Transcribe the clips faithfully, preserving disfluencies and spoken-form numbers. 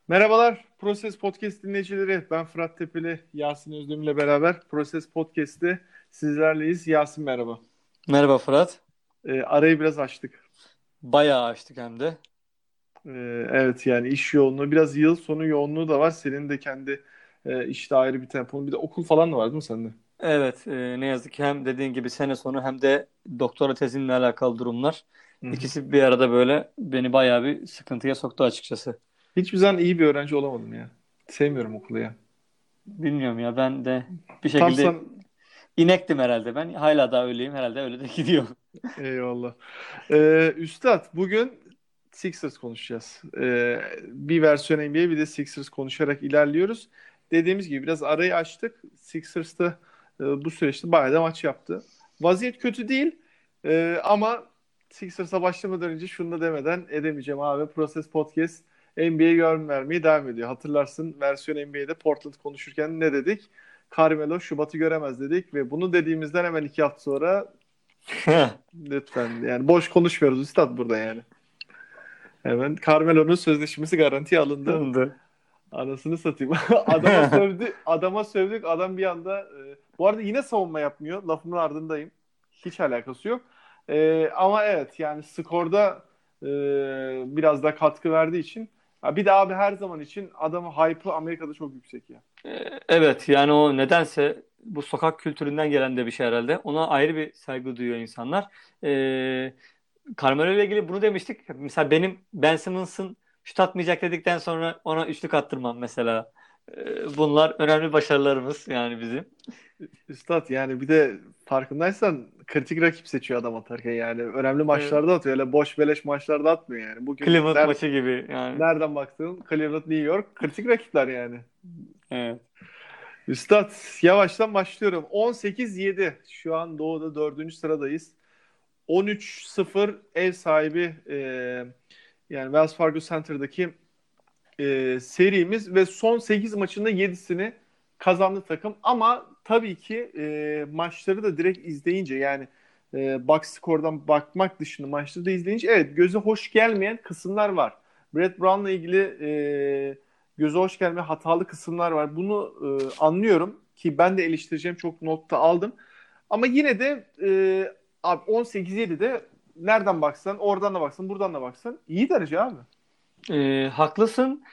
Merhabalar, Proses Podcast dinleyicileri. Ben Fırat Tepeli, Yasin Özdemir'le beraber Proses Podcast'te sizlerleyiz. Yasin merhaba. Merhaba Fırat. Ee, arayı biraz açtık. Bayağı açtık hem de. Ee, evet yani iş yoğunluğu, biraz yıl sonu yoğunluğu da var. Senin de kendi e, işte ayrı bir tempon. Bir de okul falan da var değil mi sende? Evet, e, ne yazık ki hem dediğin gibi sene sonu hem de doktora tezinle alakalı durumlar. Hı hı. İkisi bir arada böyle beni bayağı bir sıkıntıya soktu açıkçası. Hiçbir zaman iyi bir öğrenci olamadım ya. Sevmiyorum okulu ya. Bilmiyorum ya, ben de bir Tam şekilde san inektim herhalde ben. Hala da öyleyim herhalde, öyle de gidiyor. Eyvallah. Ee, Üstad, bugün Sixers konuşacağız. Ee, bir versiyon N B A bir de Sixers konuşarak ilerliyoruz. Dediğimiz gibi biraz arayı açtık. Sixers da e, bu süreçte bayağı da maç yaptı. Vaziyet kötü değil. Ee, ama Sixers'a başlamadan önce şunu da demeden edemeyeceğim abi. Proses Podcast N B A'ye yorum vermeye devam ediyor. Hatırlarsın versiyon N B A'de Portland konuşurken ne dedik? Carmelo Şubat'ı göremez dedik ve bunu dediğimizden hemen iki hafta sonra lütfen yani boş konuşmuyoruz üstad burada yani. Hemen Carmelo'nun sözleşmesi garantiye alındı. Sındı. Anasını satayım. Adama sövdü, adama sövdük. Adam bir anda e, bu arada yine savunma yapmıyor. Lafımın ardındayım. Hiç alakası yok. E, ama evet yani skorda e, biraz da katkı verdiği için. Ha, bir de abi her zaman için adamın hype'ı Amerika'da çok yüksek ya. E, Evet, yani o nedense bu sokak kültüründen gelen de bir şey herhalde. Ona ayrı bir saygı duyuyor insanlar. Ee, Carmelo ile ilgili bunu demiştik. Mesela benim Ben Simmons'ın şut atmayacak dedikten sonra ona üçlük attırmam mesela. Ee, bunlar önemli başarılarımız yani bizim. Üstad yani bir de farkındaysan kritik rakip seçiyor adam atarken yani. Önemli Ee, maçlarda atıyor. Öyle boş beleş maçlarda atmıyor yani. Bugün Cleveland ner maçı gibi yani. nereden baktın? Cleveland, New York kritik rakipler yani. Evet. Üstad yavaştan başlıyorum. on sekiz yedi. Şu an Doğu'da dördüncü sıradayız. on üç sıfır ev sahibi e, yani Wells Fargo Center'daki e, serimiz ve son sekiz maçında yedisini kazandı takım. Ama tabii ki e, maçları da direkt izleyince yani e, box skordan bakmak dışında maçları da izleyince evet göze hoş gelmeyen kısımlar var. Brett Brown'la ilgili e, göze hoş gelmeyen hatalı kısımlar var. Bunu e, anlıyorum ki ben de eleştireceğim çok notta aldım. Ama yine de e, abi on sekiz yedide nereden baksan, oradan da baksan, buradan da baksan iyi derece abi. Ee, haklısın.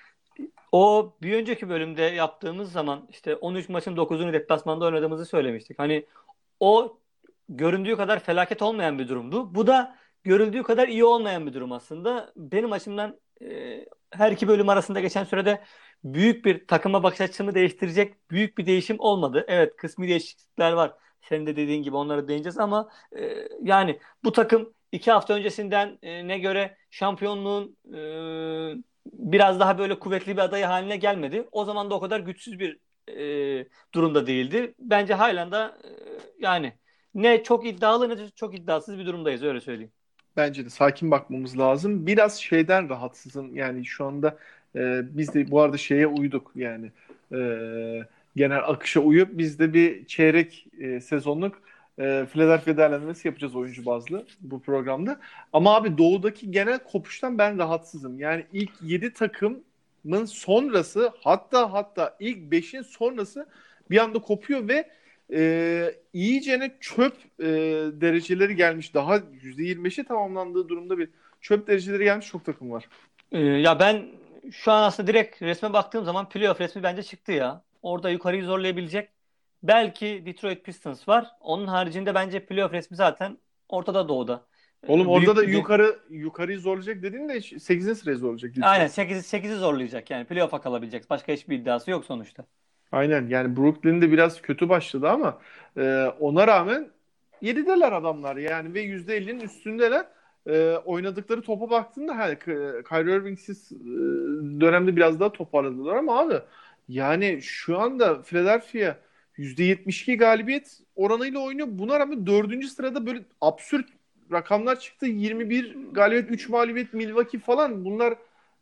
O bir önceki bölümde yaptığımız zaman işte on üç maçın dokuzunu deplasmanda oynadığımızı söylemiştik. Hani o göründüğü kadar felaket olmayan bir durumdu. Bu da görüldüğü kadar iyi olmayan bir durum aslında. Benim açımdan e, her iki bölüm arasında geçen sürede büyük bir takıma bakış açımı değiştirecek büyük bir değişim olmadı. Evet, kısmi değişiklikler var. Senin de dediğin gibi onlara değineceğiz ama e, yani bu takım iki hafta öncesinden e, ne göre şampiyonluğun e, biraz daha böyle kuvvetli bir adayı haline gelmedi. O zaman da o kadar güçsüz bir e, durumda değildi. Bence halen de e, yani ne çok iddialı ne de çok iddiasız bir durumdayız, öyle söyleyeyim. Bence de sakin bakmamız lazım. Biraz şeyden rahatsızım. Yani şu anda e, biz de bu arada şeye uyduk yani e, genel akışa uyup biz de bir çeyrek e, sezonluk e, Philadelphia değerlendirmesi yapacağız oyuncu bazlı bu programda. Ama abi doğudaki genel kopuştan ben rahatsızım. Yani ilk yedi takımın sonrası hatta hatta ilk beşin sonrası bir anda kopuyor ve e, iyicene çöp e, dereceleri gelmiş. Daha yüzde yirmi beşi tamamlandığı durumda bir çöp dereceleri gelmiş çok takım var. E, ya ben şu an aslında direkt resme baktığım zaman playoff resmi bence çıktı ya. Orada yukarıyı zorlayabilecek belki Detroit Pistons var. Onun haricinde bence playoff resmi zaten ortada, doğuda. Oğlum E, orada büyük da bir de yukarı yukarıyı zorlayacak dediğin de sekizinci sırayı zorlayacak aynen Detroit. sekiz sekizi zorlayacak, yani playoff'a kalabilecek. Başka hiçbir iddiası yok sonuçta. Aynen yani Brooklyn de biraz kötü başladı ama e, ona rağmen yedideler adamlar yani ve yüzde ellinin üstündeler. E, oynadıkları topa baktığında hani Ky- Kyrie Irving'siz e, dönemde biraz daha toparladılar ama abi yani şu anda Philadelphia yüzde yetmiş iki galibiyet oranıyla oynuyor. Buna rağmen dördüncü sırada böyle absürt rakamlar çıktı. yirmi bir galibiyet, üç mağlubiyet Milwaukee falan. Bunlar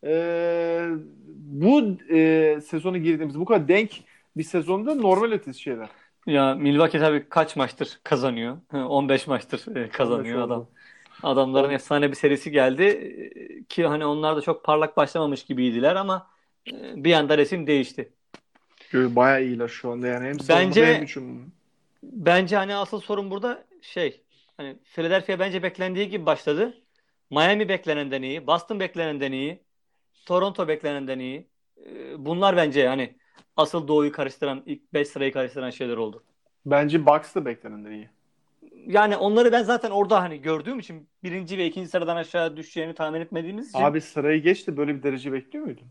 e, bu e, sezona girdiğimiz bu kadar denk bir sezonda normal ötesi şeyler. Ya Milwaukee tabii kaç maçtır kazanıyor? on beş maçtır e, on beş kazanıyor adam. oldu. Adamların On, efsane bir serisi geldi. E, ki hani onlar da çok parlak başlamamış gibiydiler ama e, bir anda resim değişti. Bayağı iyiler şu anda yani hem savunmada hem Bence hücumda. bence hani asıl sorun burada şey, hani Philadelphia bence beklendiği gibi başladı. Miami beklenenden iyi, Boston beklenenden iyi, Toronto beklenenden iyi. E, bunlar bence hani asıl Doğu'yu karıştıran, ilk beş sırayı karıştıran şeyler oldu. Bence Bucks da beklenenden iyi. Yani onları ben zaten orada hani gördüğüm için birinci ve ikinci sıradan aşağı düşeceğini tahmin etmediğimiz için Abi sırayı geç de böyle bir derece bekliyor muydun?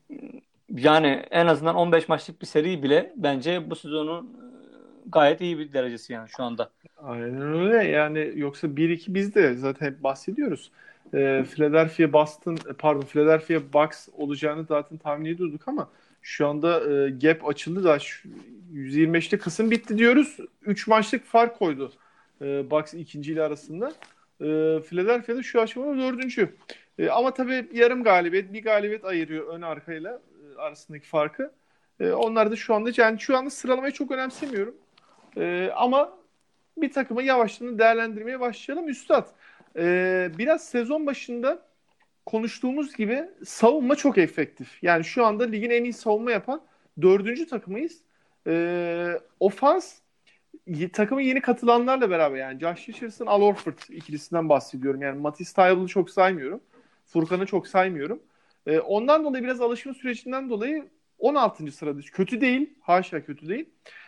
yani en azından on beş maçlık bir seri bile bence bu sezonun e, gayet iyi bir derecesi yani şu anda. Aynen öyle yani yoksa bir iki biz de zaten hep bahsediyoruz. Ee, Philadelphia Boston pardon Philadelphia Bucks olacağını zaten tahmin ediyorduk ama şu anda e, gap açıldı da şu yüz yirmi beşli kısım bitti diyoruz. üç maçlık fark koydu e, Bucks ikinci ile arasında. E, Philadelphia'da şu aşamada dördüncü. E, ama tabii yarım galibiyet bir galibiyet ayırıyor ön arkayla e, arasındaki farkı. E, onlar da şu anda yani şu anda sıralamayı çok önemsemiyorum. E, ama bir takımı yavaştan değerlendirmeye başlayalım. Üstad, e, biraz sezon başında konuştuğumuz gibi savunma çok efektif. Yani şu anda ligin en iyi savunma yapan dördüncü takımıyız. E, ofans y- takımın yeni katılanlarla beraber yani Josh Richardson, Al Horford ikilisinden bahsediyorum. Yani Matisse Thybulle'u çok saymıyorum. Furkan'ı çok saymıyorum. E, ondan dolayı biraz alışma sürecinden dolayı on altıncı sırada. Kötü değil. Haşa kötü değil.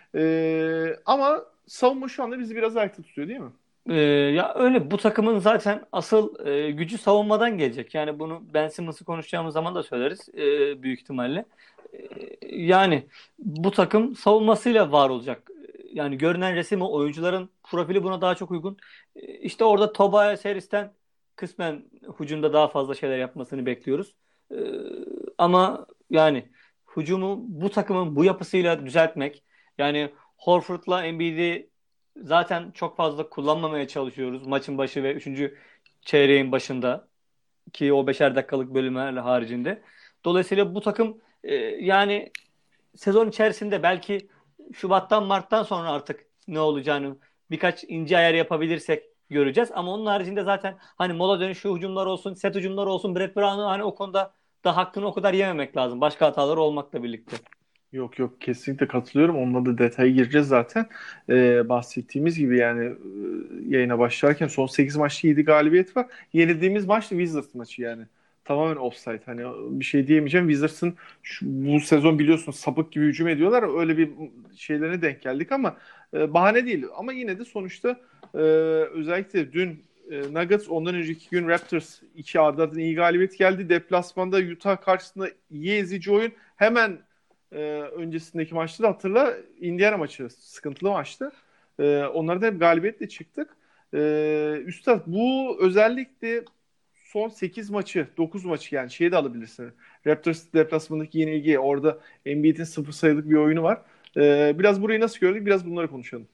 E, ama savunma şu anda bizi biraz ayakta tutuyor değil mi? E, ya öyle, bu takımın zaten asıl e, gücü savunmadan gelecek. Yani bunu Ben Simmons'ı konuşacağımız zaman da söyleriz e, büyük ihtimalle. E, yani bu takım savunmasıyla var olacak. Yani görünen resim o, oyuncuların profili buna daha çok uygun. E, işte orada Tobias Harris'ten kısmen hücumda daha fazla şeyler yapmasını bekliyoruz. E, ama yani hücumu bu takımın bu yapısıyla düzeltmek, yani Horford'la Embiid'i zaten çok fazla kullanmamaya çalışıyoruz maçın başı ve üçüncü çeyreğin başında ki o beşer dakikalık bölümlerle haricinde. Dolayısıyla bu takım e, yani sezon içerisinde belki Şubat'tan Mart'tan sonra artık ne olacağını birkaç ince ayar yapabilirsek göreceğiz. Ama onun haricinde zaten hani mola dönüşü hücumlar olsun, set hücumlar olsun, Brett Brown'un hani o konuda da hakkını o kadar yememek lazım. Başka hataları olmakla birlikte. Yok yok kesinlikle katılıyorum. Onunla da detaya gireceğiz zaten. Ee, bahsettiğimiz gibi yani e, yayına başlarken son sekiz maçta yedi galibiyet var. Yenildiğimiz maç da Wizards maçı yani. Tamamen offside. Hani bir şey diyemeyeceğim. Wizards'ın şu- bu sezon biliyorsun sapık gibi hücum ediyorlar. Öyle bir şeylerine denk geldik ama e, bahane değil. Ama yine de sonuçta e, özellikle dün e, Nuggets ondan önceki gün Raptors iki arda ardına iyi galibiyet geldi. Deplasmanda Utah karşısında iyi ezici oyun. Hemen e, öncesindeki maçta da hatırla Indiana maçı sıkıntılı maçtı. E, onlarda hep galibiyetle çıktık. E, Üstad bu özellikle son sekiz maçı dokuz maçı yani şeyi de alabilirsin. Raptors deplasmanındaki yenilgi orada Embiid'in sıfır sayılık bir oyunu var. E, biraz burayı nasıl gördük biraz bunları konuşalım.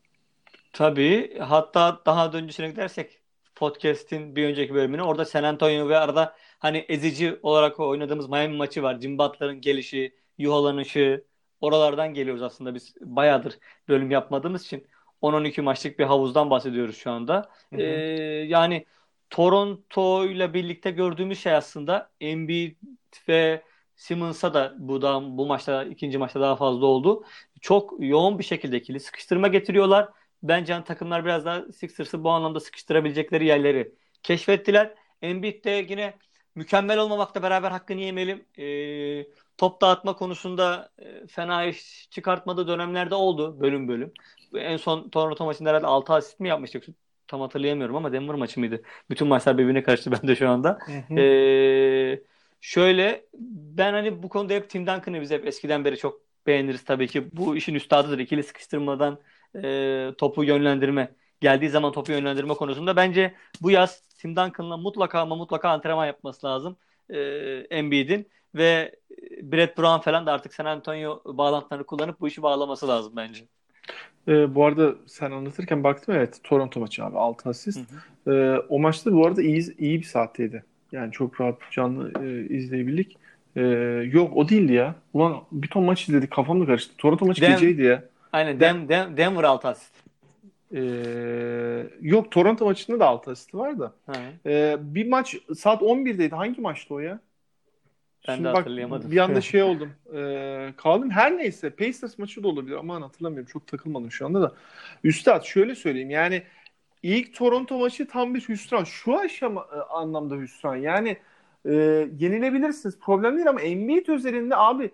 Tabii, hatta daha da öncesine gidersek podcast'in bir önceki bölümüne, orada San Antonio ve arada hani ezici olarak oynadığımız Miami maçı var. Jim Butler'ın gelişi, yuhalanışı, oralardan geliyoruz aslında. Biz bayağıdır bölüm yapmadığımız için on on iki maçlık bir havuzdan bahsediyoruz şu anda. Hı Ee, hı. yani Toronto ile birlikte gördüğümüz şey aslında Embiid ve Simmons'a da bu da bu maçta, ikinci maçta daha fazla oldu. Çok yoğun bir şekilde ikili sıkıştırma getiriyorlar. Bence hani takımlar biraz daha Sixers'ı bu anlamda sıkıştırabilecekleri yerleri keşfettiler. Embiid de yine mükemmel olmamakla beraber hakkını yemeyelim. Ee, top dağıtma konusunda e, fena iş çıkartmadığı dönemlerde oldu bölüm bölüm. En son Toronto maçında herhalde altı asist mi yapmıştık? Tam hatırlayamıyorum ama Denver maçı mıydı? Bütün maçlar birbirine karıştı bende şu anda. Hı hı. Ee, şöyle, ben hani bu konuda hep Tim Duncan'ı biz hep eskiden beri çok beğeniriz tabii ki. Bu işin üstadıdır. İkili sıkıştırmadan e, topu yönlendirme, geldiği zaman topu yönlendirme konusunda bence bu yaz Tim Duncan'la mutlaka ama mutlaka antrenman yapması lazım e, Embiid'in ve Brett Brown falan da artık San Antonio bağlantılarını kullanıp bu işi bağlaması lazım bence. Ee, bu arada sen anlatırken baktım evet Toronto maçı abi altı Hı asist. hı. Ee, o maçta bu arada iyi iyi bir saatteydi. Yani çok rahat canlı e, izleyebildik. Ee, yok o değildi ya. Ulan bir ton maç izledik kafam da karıştı. Toronto maçı Dem, geceydi ya. aynen De, Dem, Dem, Denver altı asist. Ee, yok Toronto maçında da altı asisti var da. Hı. Ee, bir maç saat on birdeydi. Hangi maçtı o ya? Ben de Şimdi bak hatırlayamadım. bir anda şey oldum. Ee, kaldım. Her neyse Pacers maçı da olabilir. Aman hatırlamıyorum. Çok takılmadım şu anda da. Üstad şöyle söyleyeyim. Yani ilk Toronto maçı tam bir hüsran. Şu aşama e, anlamda hüsran. Yani e, yenilebilirsiniz. Problem değil ama N B A özelinde abi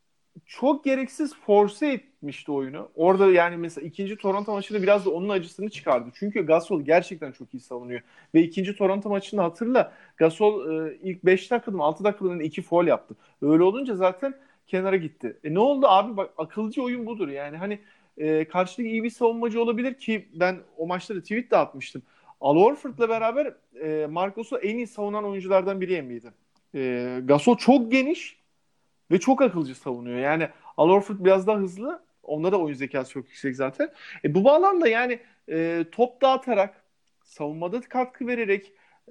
çok gereksiz force etmişti oyunu. Orada yani mesela ikinci Toronto maçında biraz da onun acısını çıkardı. Çünkü Gasol gerçekten çok iyi savunuyor. Ve ikinci Toronto maçını hatırla. Gasol e, ilk beş dakikada mı altı dakikada iki foul yaptı. Öyle olunca zaten kenara gitti. E ne oldu abi? Bak akılcı oyun budur. Yani hani e, karşıdaki iyi bir savunmacı olabilir ki ben o maçta da tweet de atmıştım. Al Horford'la beraber e, Marcus'u en iyi savunan oyunculardan biri N B A'de. E, Gasol çok geniş ve çok akılcı savunuyor. Yani Al Horford biraz daha hızlı. Onda da oyun zekası çok yüksek zaten. E, bu bağlamda yani e, top dağıtarak, savunmada katkı vererek,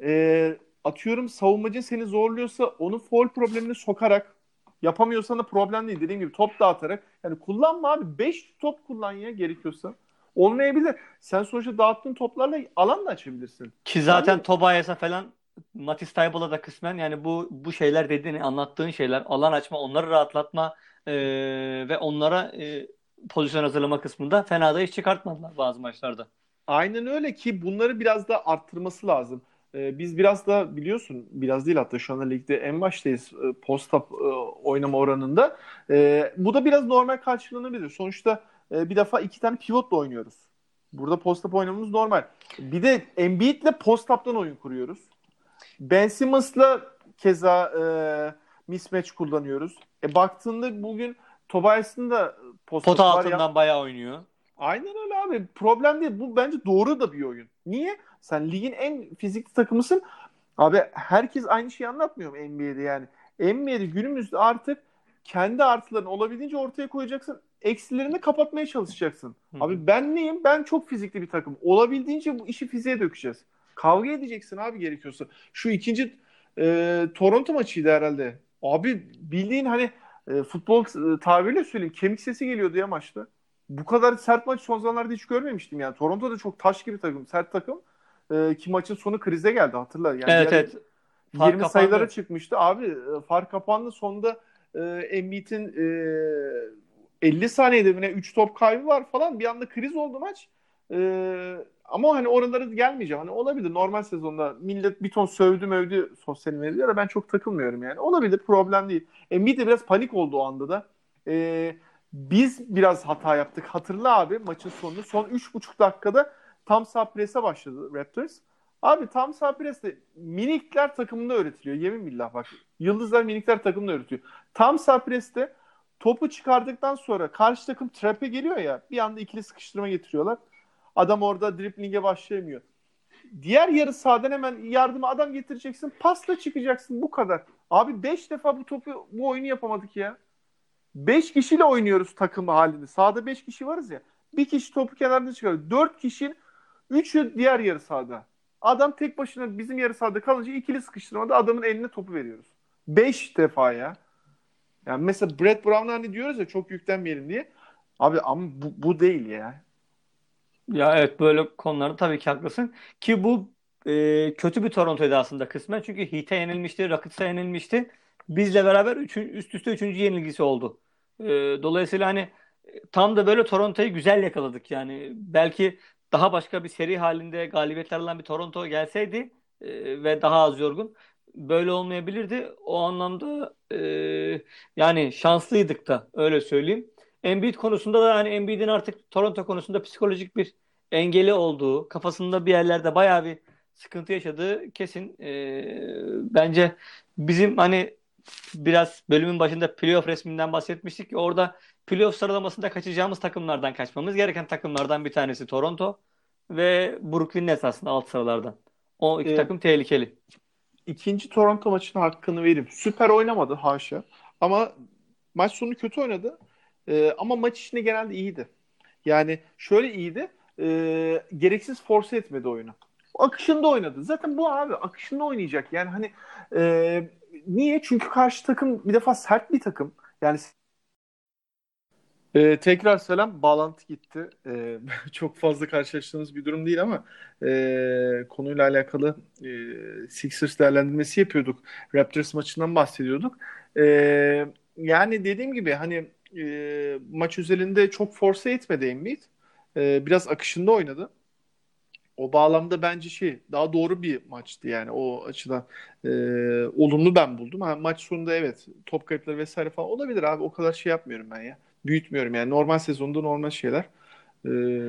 e, atıyorum savunmacı seni zorluyorsa onu foul problemine sokarak, yapamıyorsan da problem değil. Dediğim gibi top dağıtarak. Yani kullanma abi. Beş top kullan ya gerekiyorsa. Olmayabilir. Sen sonuçta dağıttığın toplarla alan da açabilirsin. Ki Abi zaten Tobias'a falan Matisse Thybulle da kısmen yani bu bu şeyler dediğin anlattığın şeyler alan açma onları rahatlatma e, ve onlara e, pozisyon hazırlama kısmında fena da iş çıkartmadılar bazı maçlarda. aynen öyle ki bunları biraz da arttırması lazım. Ee, biz biraz da biliyorsun biraz değil hatta şu anda ligde en baştayız e, post-up e, oynama oranında. E, bu da biraz normal karşılanabilir. Sonuçta e, bir defa iki tane pivotla oynuyoruz. Burada post-up oynamamız normal. Bir de Embiid'le post-up'tan oyun kuruyoruz. Ben Simmons'la keza e, mismatch kullanıyoruz. E, baktığında bugün Tobias'ın da Pota post-up'ı var ya. altından bayağı oynuyor. Aynen öyle abi. Problem değil. Bu bence doğru da bir oyun. Niye? Sen ligin en fizikli takımısın. Abi herkes aynı şeyi anlatmıyor mu N B A'de yani? N B A'de günümüzde artık kendi artılarını olabildiğince ortaya koyacaksın. Eksilerini kapatmaya çalışacaksın. Hı hı. Abi ben neyim? Ben çok fizikli bir takım. Olabildiğince bu işi fiziğe dökeceğiz. Kavga edeceksin abi gerekiyorsa. Şu ikinci e, Toronto maçıydı herhalde. Abi bildiğin hani e, futbol e, tabiriyle söyleyeyim kemik sesi geliyordu ya maçta. Bu kadar sert maç son zamanlarda hiç görmemiştim yani. Toronto da çok taş gibi takım, sert takım. E, ki maçın sonu krize geldi hatırla. Yani bir Evet ara evet. Fark yirmi sayılara kapandı. çıkmıştı. Abi e, fark kapandı. Sonunda e, Embiid'in e, elli saniyede mi ne üç top kaybı var falan. Bir anda kriz oldu maç. E, ama hani oralara gelmeyeceğim. Hani olabilir normal sezonda millet bir ton sövdü mövdü sosyal medyada ben çok takılmıyorum yani. Olabilir problem değil. Embiid de biraz panik oldu o anda da. E, biz biraz hata yaptık. Hatırla abi maçın sonunu. Son üç buçuk dakikada tam sağ prese başladı Raptors. Abi tam sağ pres de minikler takımında öğretiliyor. Yemin billah bak. Yıldızlar minikler takımında öğretiyor. Tam sağ preste topu çıkardıktan sonra karşı takım trap'e geliyor ya bir anda ikili sıkıştırma getiriyorlar. Adam orada dripling'e başlayamıyor. Diğer yarı sahadan hemen yardıma adam getireceksin. Pasla çıkacaksın bu kadar. Abi beş defa bu topu bu oyunu yapamadık ya. Beş kişiyle oynuyoruz takım halinde. Sahada beş kişi varız ya. Bir kişi topu kenarda çıkarıyor. Dört kişi üçü diğer yarı sahada. Adam tek başına bizim yarı sahada kalınca ikili sıkıştırmada adamın eline topu veriyoruz. Beş defa ya. Yani mesela Brett Brown'a hani diyoruz ya çok yüklenmeyelim diye. Abi ama bu, bu değil ya. Ya evet böyle konularda tabii ki haklısın. Ki bu e, kötü bir Toronto'ydu aslında kısmen. Çünkü Heat'e yenilmişti, Rockets'a yenilmişti. Bizle beraber üçün, üst üste üçüncü yenilgisi oldu. E, dolayısıyla hani e, tam da böyle Toronto'yu güzel yakaladık. Yani belki daha başka bir seri halinde galibiyetler alan bir Toronto gelseydi e, ve daha az yorgun böyle olmayabilirdi. O anlamda e, yani şanslıydık da öyle söyleyeyim. Embiid konusunda da hani Embiid'in artık Toronto konusunda psikolojik bir engeli olduğu, kafasında bir yerlerde bayağı bir sıkıntı yaşadığı kesin. Ee, bence bizim hani biraz bölümün başında playoff resminden bahsetmiştik ki orada playoff sıralamasında kaçacağımız takımlardan kaçmamız gereken takımlardan bir tanesi Toronto ve Brooklyn Nets aslında alt sıralardan. O iki Ee, takım tehlikeli. ikinci Toronto maçının hakkını vereyim. Süper oynamadı haşa. Ama maç sonu kötü oynadı. Ee, ama maç içinde genelde iyiydi. Yani şöyle iyiydi. E, gereksiz force etmedi oyunu. Akışında oynadı. Zaten bu abi akışında oynayacak. Yani hani e, niye? Çünkü karşı takım bir defa sert bir takım. Yani Ee, tekrar selam. Bağlantı gitti. Ee, çok fazla karşılaştığımız bir durum değil ama e, konuyla alakalı e, Sixers değerlendirmesi yapıyorduk. Raptors maçından bahsediyorduk. Ee, Yani dediğim gibi hani e, maç özelinde çok force etmedi Embiid. Ee, biraz akışında oynadı. O bağlamda bence şey daha doğru bir maçtı yani o açıdan e, olumlu ben buldum. Ha, maç sonunda evet top kayıpları vesaire falan olabilir abi o kadar şey yapmıyorum ben ya. Büyütmüyorum yani normal sezonda normal şeyler. E,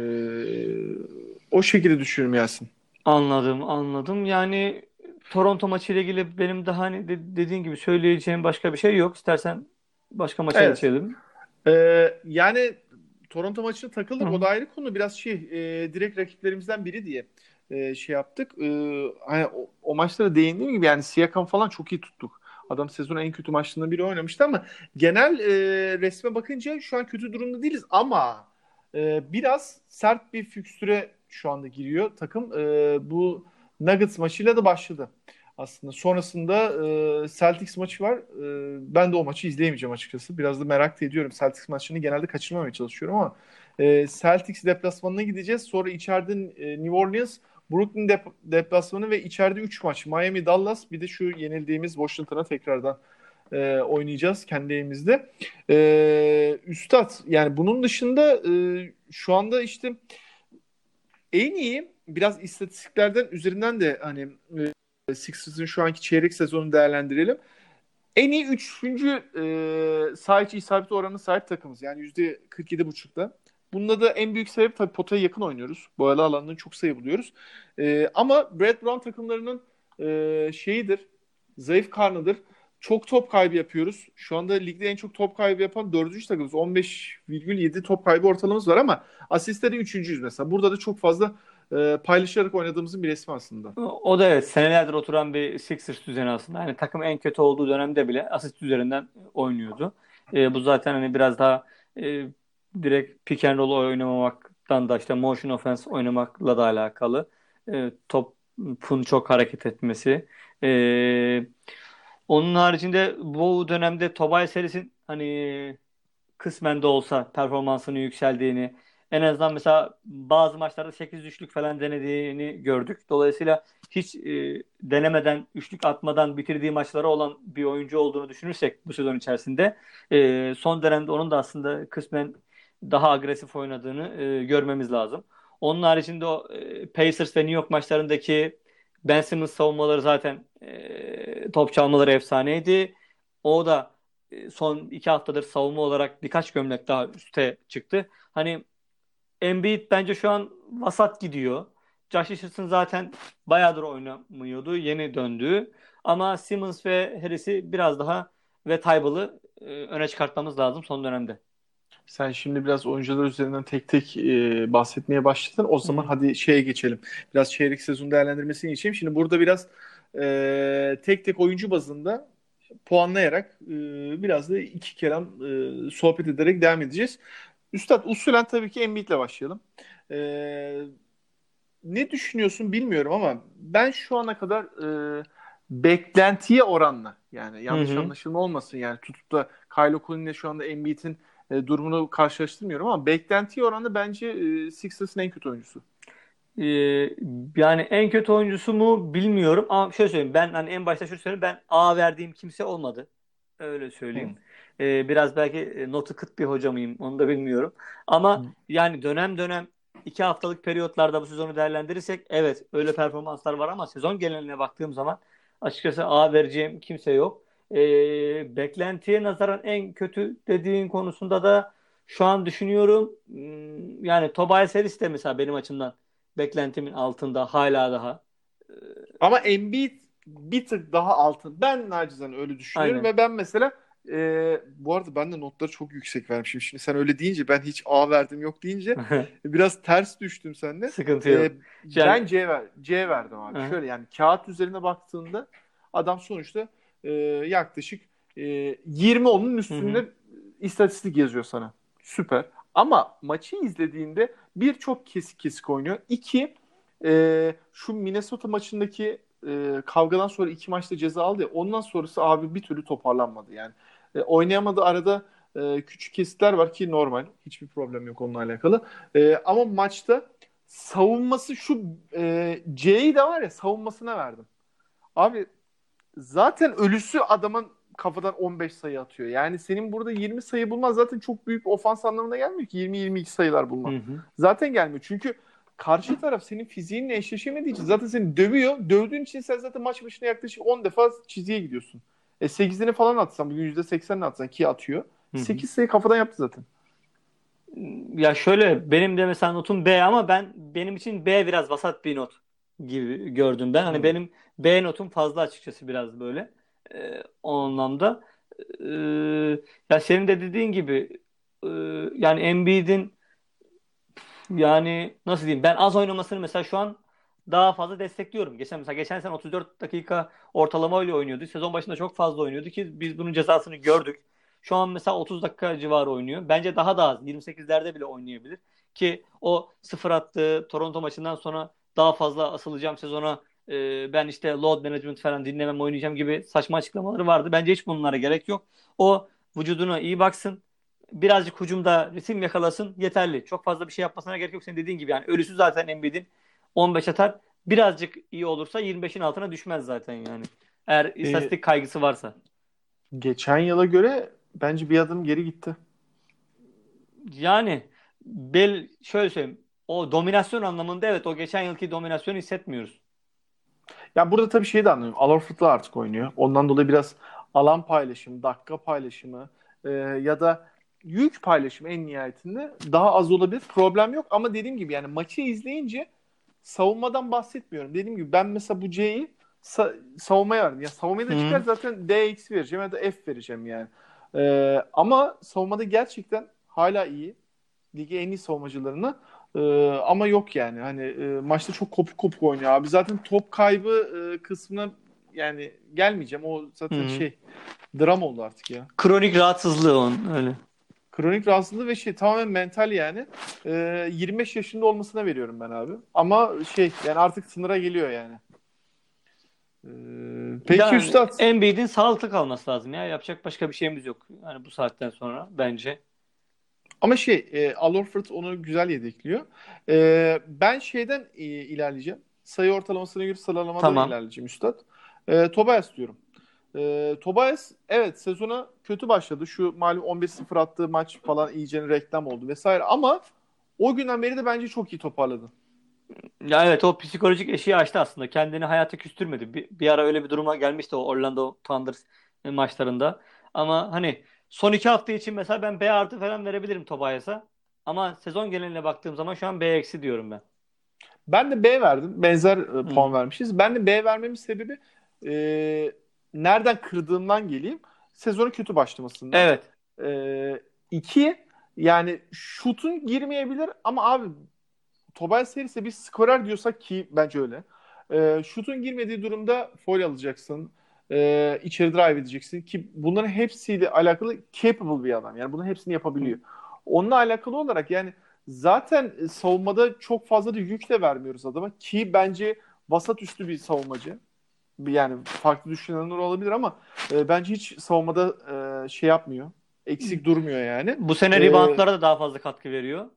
O şekilde düşünüyorum Yasin. Anladım, anladım. Yani Toronto maçı ile ilgili benim daha hani de- dediğin gibi söyleyeceğim başka bir şey yok. İstersen başka maça Evet. geçelim. E, Yani Toronto maçına Hı takıldık o hı. da ayrı konu biraz şey e, direkt rakiplerimizden biri diye e, şey yaptık. E, hani o, o maçlara değindiğim gibi yani Siakam falan çok iyi tuttuk. Adam sezonun en kötü maçlarından biri oynamıştı ama genel e, resme bakınca şu an kötü durumda değiliz ama e, biraz sert bir fikstüre şu anda giriyor takım. E, bu Nuggets maçıyla da başladı. Aslında sonrasında e, Celtics maçı var. E, ben de o maçı izleyemeyeceğim açıkçası. Biraz da merak da ediyorum. Celtics maçını genelde kaçırmamaya çalışıyorum ama e, Celtics deplasmanına gideceğiz. Sonra içeride e, New Orleans, Brooklyn dep- deplasmanı ve içeride üç maç. Miami, Dallas bir de şu yenildiğimiz Washington'a tekrardan e, oynayacağız kendi evimizde. E, Üstad yani bunun dışında e, şu anda işte en iyi biraz istatistiklerden üzerinden de hani e, Sixers'ın şu anki çeyrek sezonu değerlendirelim. En iyi üçüncü e, saha içi isabet oranına sahip takımız. Yani yüzde kırk yedi buçukta. Bunda da en büyük sebep tabii potaya yakın oynuyoruz. Boyalı alanını çok sayı buluyoruz. E, ama Brad Brown takımlarının e, şeyidir, zayıf karnıdır. Çok top kaybı yapıyoruz. Şu anda ligde en çok top kaybı yapan dördüncü takımız. on beş virgül yedi top kaybı ortalamamız var ama asistte de üçüncüyüz mesela. Burada da çok fazla e, paylaşarak oynadığımızın bir resmi aslında. O da evet senelerdir oturan bir Sixers düzeni aslında. Yani takım en kötü olduğu dönemde bile asist üzerinden oynuyordu. E, bu zaten hani biraz daha e, direkt pick and roll oynamamaktan da işte motion offense oynamakla da alakalı. E, topun çok hareket etmesi. E, Onun haricinde bu dönemde Tobias Harris'in hani kısmen de olsa performansının yükseldiğini en azından mesela bazı maçlarda sekiz üçlük falan denediğini gördük. Dolayısıyla hiç e, denemeden, üçlük atmadan bitirdiği maçları olan bir oyuncu olduğunu düşünürsek bu sezon içerisinde e, son dönemde onun da aslında kısmen daha agresif oynadığını e, görmemiz lazım. Onun haricinde o e, Pacers ve New York maçlarındaki Ben Simmons savunmaları zaten e, top çalmaları efsaneydi. O da e, son iki haftadır savunma olarak birkaç gömlek daha üste çıktı. Hani Embiid bence şu an vasat gidiyor. Josh Richardson zaten bayağıdır oynamıyordu. Yeni döndü. Ama Simmons ve Harris'i biraz daha ve Tybal'ı e, öne çıkartmamız lazım son dönemde. Sen şimdi biraz oyuncular üzerinden tek tek e, bahsetmeye başladın. O Hı zaman hı. hadi şeye geçelim. Biraz çeyrek sezon değerlendirmesine geçeyim. Şimdi burada biraz e, tek tek oyuncu bazında puanlayarak e, biraz da iki kelam e, sohbet ederek devam edeceğiz. Üstad usulen tabii ki Embiid'le başlayalım. E, Ne düşünüyorsun bilmiyorum ama ben şu ana kadar e, beklentiye oranla yani Hı yanlış hı. anlaşılma olmasın yani tutup da Kylo Collin'le şu anda Embiid'in e, durumunu karşılaştırmıyorum ama beklentiye oranla bence e, Sixers'ın en kötü oyuncusu. Ee, Yani en kötü oyuncusu mu bilmiyorum ama şöyle söyleyeyim ben hani en başta şunu söyleyeyim ben A verdiğim kimse olmadı. Öyle söyleyeyim. Hmm. Ee, biraz belki e, notu kıt bir hoca mıyım onu da bilmiyorum. Ama yani dönem dönem iki haftalık periyotlarda bu sezonu değerlendirirsek evet öyle performanslar var ama sezon geneline baktığım zaman açıkçası A vereceğim kimse yok. Ee, beklentiye nazaran en kötü dediğin konusunda da şu an düşünüyorum. Hmm, Yani Tobias Harris de mesela benim açımdan beklentimin altında hala daha. Ee, Ama Embiid bir tık daha altın. Ben nacizane öyle düşünüyorum aynen. ve ben mesela e, bu arada ben de notları çok yüksek vermişim. Şimdi sen öyle deyince ben hiç A verdim yok deyince biraz ters düştüm seninle. Sıkıntı E, yok. Yani Ben C, ver, C verdim abi. aha. Şöyle yani kağıt üzerine baktığında adam sonuçta e, yaklaşık e, yirmi onun Hı hı. üstünde istatistik yazıyor sana. Süper. Ama maçı izlediğinde bir çok kesik kesik oynuyor. İki e, şu Minnesota maçındaki e, kavgadan sonra iki maçta ceza aldı ya ondan sonrası abi bir türlü toparlanmadı yani. E, oynayamadı arada e, küçük kesitler var ki normal. Hiçbir problem yok onunla alakalı. E, ama maçta savunması şu e, C'yi de var ya savunmasına verdim. Abi zaten ölüsü adamın kafadan on beş sayı atıyor. Yani senin burada yirmi sayı bulman zaten çok büyük ofans anlamına gelmiyor ki yirmi yirmi iki sayılar bulman. Hı hı. Zaten gelmiyor. Çünkü karşı taraf senin fiziğinle eşleşemediği için zaten seni dövüyor. Dövdüğün için sen zaten maç başına yaklaşık on defa çizgiye gidiyorsun. E sekizini falan atsan, bugün yüzde seksenini atsan ki atıyor. Hı hı. sekiz sayı kafadan yaptı zaten. Ya şöyle benim de mesela notum B ama ben benim için B biraz vasat bir not gibi gördüm ben. Hani Hı. benim B notum fazla açıkçası biraz böyle e, o anlamda. E, Ya senin de dediğin gibi e, yani Embiid'in yani nasıl diyeyim ben az oynamasını mesela şu an daha fazla destekliyorum. Geçen mesela geçen sene otuz dört dakika ortalama ile oynuyordu. Sezon başında çok fazla oynuyordu ki biz bunun cezasını gördük. Şu an mesela otuz dakika civarı oynuyor. Bence daha da az. yirmi sekizlerde bile oynayabilir. Ki o sıfır attığı Toronto maçından sonra daha fazla asılacağım sezona e, ben işte load management falan dinlemem oynayacağım gibi saçma açıklamaları vardı. Bence hiç bunlara gerek yok. O vücuduna iyi baksın. Birazcık hücumda ritim yakalasın yeterli. Çok fazla bir şey yapmasına gerek yok. Senin dediğin gibi yani ölüsü zaten Embiid'in on beş atar. Birazcık iyi olursa yirmi beşin altına düşmez zaten yani. Eğer E, istatistik kaygısı varsa. geçen yıla göre bence bir adım geri gitti. Yani bel şöyle söyleyeyim. O dominasyon anlamında evet o geçen yılki dominasyonu hissetmiyoruz. Ya burada tabii şeyi de anlıyorum. Al Horford'la artık oynuyor. Ondan dolayı biraz alan paylaşımı, dakika paylaşımı e, ya da yük paylaşımı en nihayetinde daha az olabilir. Problem yok ama dediğim gibi yani maçı izleyince savunmadan bahsetmiyorum. Dediğim gibi ben mesela bu C'yi sa- savunmaya verdim. Ya savunmaya da çıkar Hı. zaten D eksi vereceğim ya da F vereceğim yani. E, ama savunmada gerçekten hala iyi. Ligi en iyi savunmacılarını. Ee, ama yok yani. Hani e, maçta çok kopuk kopuk oynuyor abi. Zaten top kaybı e, kısmına yani gelmeyeceğim. O zaten Hı. şey dram oldu artık ya. Kronik rahatsızlığı onun öyle. Kronik rahatsızlığı ve şey tamamen mental yani. Ee, yirmi beş yaşında olmasına veriyorum ben abi. Ama şey yani artık sınıra geliyor yani. Ee, peki Yani Üstad. Embiid'in sağlıklı kalması lazım ya. Yapacak başka bir şeyimiz yok. Yani bu saatten sonra bence. Ama şey e, Al Horford onu güzel yedekliyor. Ee, ben şeyden e, ilerleyeceğim. Sayı ortalamasına göre sıralamadan Tamam. ilerleyeceğim Üstad. Ee, Tobias diyorum. Ee, Tobias evet sezona kötü başladı. Şu malum on bir sıfır attığı maç falan iyice reklam oldu vesaire ama o günden beri de bence çok iyi toparladı. Ya evet o psikolojik eşiği aştı aslında. Kendini hayata küstürmedi. Bir, bir ara öyle bir duruma gelmişti o Orlando Thunder maçlarında. Ama hani son iki hafta için mesela ben B artı falan verebilirim Tobias'a. Ama sezon geneline baktığım zaman şu an B eksi diyorum ben. Ben de B verdim. Benzer e, Hı puan hı. vermişiz. Ben de B vermemin sebebi e, nereden kırdığımdan geleyim. Sezonu kötü başlamasından. Evet. E, iki yani şutun girmeyebilir ama abi Tobias Harris'e bir skorer diyorsak ki bence öyle. E, şutun girmediği durumda foul alacaksın. E, içeri drive edeceksin ki bunların hepsiyle alakalı capable bir adam. Yani bunların hepsini Hı. yapabiliyor. Onunla alakalı olarak yani zaten savunmada çok fazla da yük de vermiyoruz adama ki bence vasat üstü bir savunmacı. Yani farklı düşünenler olabilir ama e, bence hiç savunmada e, şey yapmıyor. Eksik durmuyor yani. Bu sene E, reboundlara da daha fazla katkı veriyor.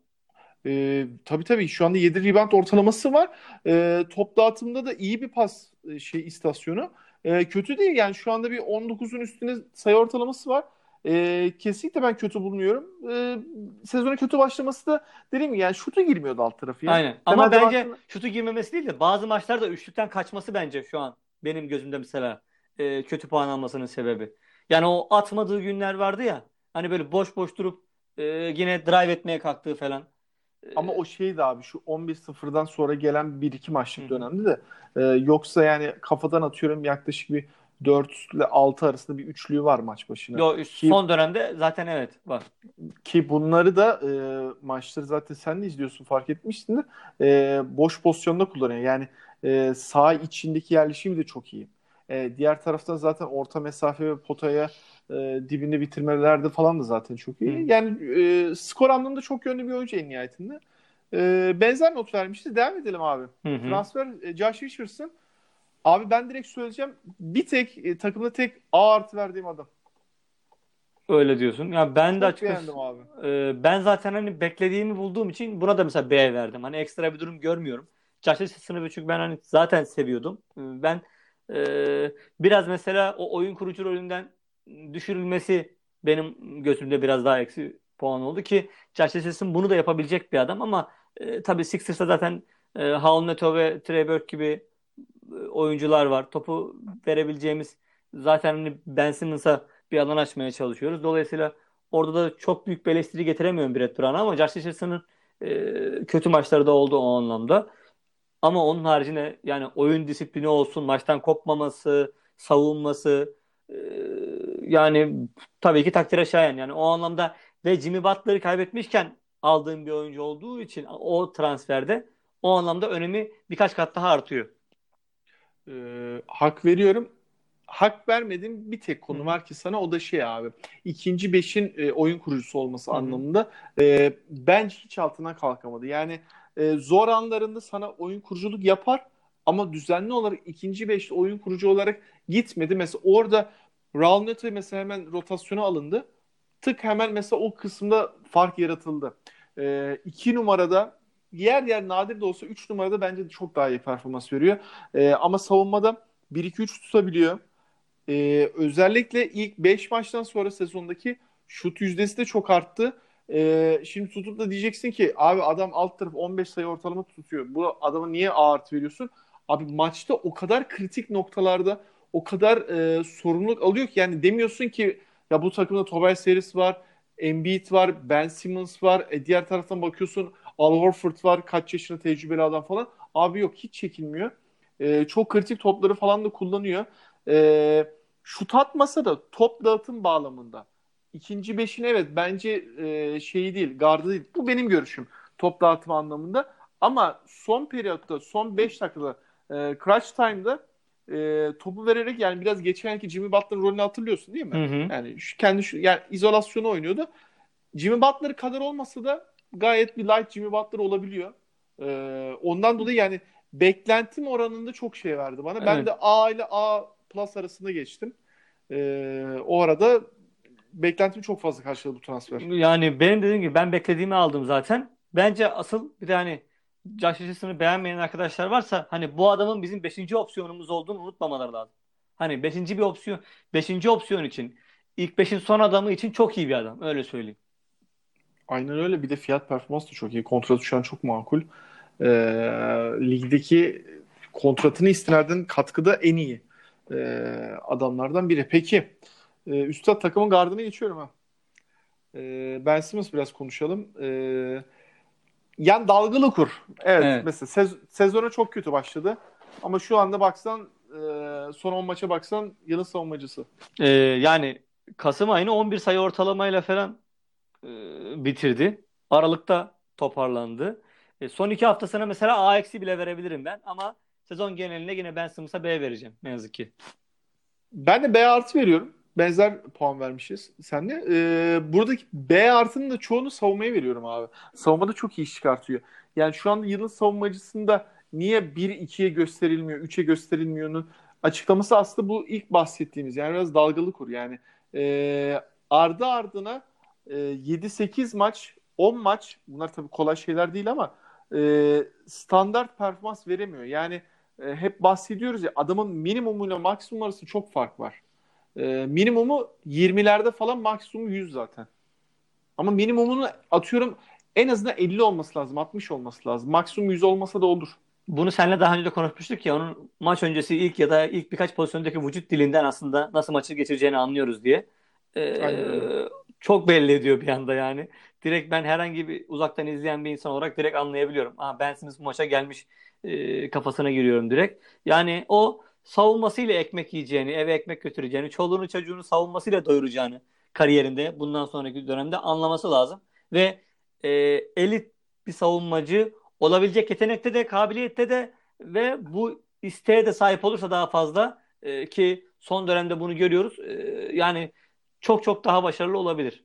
e, tabii tabii şu anda yedi rebound ortalaması var. E, top dağıtımında da iyi bir pas e, şey istasyonu. E, kötü değil yani şu anda bir on dokuzun üstüne sayı ortalaması var. E, kesinlikle ben kötü bulmuyorum. E, sezona kötü başlaması da dediğim gibi yani şutu girmiyordu alt tarafı ya. Aynen. Ama Temelde bence baktığında şutu girmemesi değil de bazı maçlarda üçlükten kaçması bence şu an benim gözümde mesela e, kötü puan almasının sebebi. Yani o atmadığı günler vardı ya. Hani böyle boş boş durup e, yine drive etmeye kalktığı falan. E, ama o şeydi abi şu on bir sıfırdan sonra gelen bir iki hı maçlık hı. dönemdi de e, yoksa yani kafadan atıyorum yaklaşık bir dört ile altı arasında bir üçlüğü var maç başına. Yo Ki son dönemde zaten evet var. ki bunları da e, maçları zaten sen de izliyorsun fark etmişsindir. E, boş pozisyonda kullanıyor. Yani e, sağ içindeki yerleşimi de çok iyi. E, diğer taraftan zaten orta mesafe ve potaya e, dibinde bitirmelerde falan da zaten çok iyi. Hı Yani e, skor anlamında çok yönlü bir oyuncu en nihayetinde. E, benzer not vermişti. Devam edelim abi. hı. Hı. Transfer e, Josh Richardson. Abi ben direkt söyleyeceğim. Bir tek e, takımda tek A artı verdiğim adam. Öyle diyorsun. Ya ben de Çok açıkçası beğendim abi. e, ben zaten hani beklediğimi bulduğum için buna da mesela B verdim. Hani ekstra bir durum görmüyorum. Josh sınıfı çünkü ben hani zaten seviyordum. E, Ben e, biraz mesela o oyun kurucu rolünden düşürülmesi benim gözümde biraz daha eksi puan oldu ki Josh Richardson bunu da yapabilecek bir adam ama e, tabii Sixers'ta zaten e, Hal Neto ve Trey Burke gibi e, oyuncular var. Topu verebileceğimiz zaten hani Ben Simmons'a bir alan açmaya çalışıyoruz. Dolayısıyla orada da çok büyük bir eleştiri getiremiyorum Brett Brown'a ama Josh Richardson'ın e, kötü maçları da oldu o anlamda. Ama onun haricinde yani oyun disiplini olsun, maçtan kopmaması, savunması e, yani tabii ki takdire şayan. Yani o anlamda ve Jimmy Butler'ı kaybetmişken aldığım bir oyuncu olduğu için o transferde o anlamda önemi birkaç kat daha artıyor. Ee, hak veriyorum. Hak vermediğim bir tek Hı konu hı. var ki sana, o da şey abi. İkinci beşin e, oyun kurucusu olması Hı hı. anlamında e, bence hiç altından kalkamadı. Yani e, zor anlarında sana oyun kuruculuk yapar ama düzenli olarak ikinci beşte oyun kurucu olarak gitmedi. Mesela orada Raul Neto mesela hemen rotasyona alındı. Tık hemen mesela o kısımda fark yaratıldı. E, iki numarada yer yer nadir de olsa üç numarada bence çok daha iyi performans veriyor. E, ama savunmada bir iki üç tutabiliyor. Ee, özellikle ilk beş maçtan sonra sezondaki şut yüzdesi de çok arttı. Ee, şimdi tutup da diyeceksin ki abi adam alt tarafı on beş sayı ortalama tutuyor. Bu adama niye A artı veriyorsun? Abi maçta o kadar kritik noktalarda o kadar e, sorumluluk alıyor ki, yani demiyorsun ki ya bu takımda Tobias Harris var, Embiid var, Ben Simmons var. E, diğer taraftan bakıyorsun Al Horford var, kaç yaşında tecrübeli adam falan. Abi yok, hiç çekinmiyor. E, çok kritik topları falan da kullanıyor. E, Şut atmasa da top dağıtım bağlamında. İkinci beşin evet bence e, şeyi değil, gardı değil. Bu benim görüşüm top dağıtım anlamında. Ama son periyotta, son beş dakikada e, crunch time'da e, topu vererek, yani biraz geçenki Jimmy Butler'ın rolünü hatırlıyorsun değil mi? Hı hı. Yani şu, kendi şu, yani izolasyonu oynuyordu. Jimmy Butler kadar olmasa da gayet bir light Jimmy Butler olabiliyor. E, ondan dolayı yani beklentim oranında çok şey verdi bana. Ben Evet. de A ile A plus arasında geçtim. Ee, o arada beklentim çok fazla karşıladı bu transfer. Yani benim dediğim gibi ben beklediğimi aldım zaten. Bence asıl bir de hani Josh Richardson'ı beğenmeyen arkadaşlar varsa hani bu adamın bizim beşinci opsiyonumuz olduğunu unutmamaları lazım. Hani beşinci bir opsiyon, beşinci opsiyon için ilk beşin son adamı için çok iyi bir adam. Öyle söyleyeyim. Aynen öyle. Bir de fiyat performans da çok iyi. Kontratı şu an çok makul. Ee, ligdeki kontratını istinaden katkıda en iyi ee, adamlardan biri. Peki, ee, üstad takımın gardını geçiyorum ha. Ee, Ben Simmons biraz konuşalım. Ee, yani dalgalı kur. Evet, Evet. mesela sez- sezona çok kötü başladı. Ama şu anda baksan, ee, son on maça baksan yılın savunmacısı. Ee, yani Kasım ayını on bir sayı ortalamayla falan e, bitirdi. Aralıkta toparlandı. E, son iki haftasına mesela A eksi bile verebilirim ben ama sezon geneline yine Ben Simmons'a B vereceğim ne yazık ki. Ben de B artı veriyorum. Benzer puan vermişiz seninle. Ee, buradaki B artının da çoğunu savunmaya veriyorum abi. Savunmada çok iyi iş çıkartıyor. Yani şu anda yılın savunmacısında niye bir ikiye gösterilmiyor, üçe gösterilmiyor'nun açıklaması aslında bu ilk bahsettiğimiz. Yani biraz dalgalı kur. Yani e, ardı ardına e, yedi sekiz maç, on maç, bunlar tabii kolay şeyler değil ama e, standart performans veremiyor. Yani e, hep bahsediyoruz ya, adamın minimumuyla maksimum arasında çok fark var. E, minimumu yirmilerde falan, maksimumu yüz zaten. Ama minimumunu atıyorum en azından elli olması lazım, altmış olması lazım. Maksimum yüz olmasa da olur. Bunu seninle daha önce de konuşmuştuk ya onun maç öncesi ilk ya da ilk birkaç pozisyondaki vücut dilinden aslında nasıl maçı geçireceğini anlıyoruz diye. Aynen öyle. Ee, çok belli ediyor bir anda yani. Direkt ben herhangi bir uzaktan izleyen bir insan olarak direkt anlayabiliyorum. Aha, Ben Simmons bu maça gelmiş e, kafasına giriyorum direkt. Yani o savunmasıyla ekmek yiyeceğini, eve ekmek götüreceğini, çoluğunu çocuğunu savunmasıyla doyuracağını kariyerinde bundan sonraki dönemde anlaması lazım. Ve e, elit bir savunmacı olabilecek yetenekte de kabiliyette de ve bu isteğe de sahip olursa daha fazla e, ki son dönemde bunu görüyoruz. E, yani çok çok daha başarılı olabilir.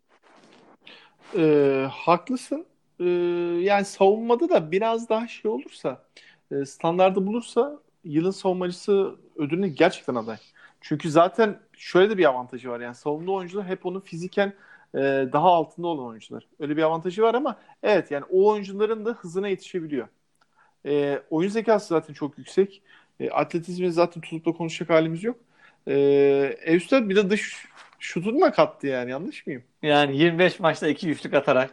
E, haklısın. E, yani savunmada da biraz daha şey olursa, e, standardı bulursa yılın savunmacısı ödülüne gerçekten aday. Çünkü zaten şöyle de bir avantajı var. Yani savunma oyuncular hep onun fiziken e, daha altında olan oyuncular. Öyle bir avantajı var ama evet yani o oyuncuların da hızına yetişebiliyor. E, oyun zekası zaten çok yüksek. E, atletizmi zaten tutup da konuşacak halimiz yok. E, e üstelik bir de dış şutunu da kattı yani, yanlış mıyım? Yani yirmi beş maçta iki üçlük atarak.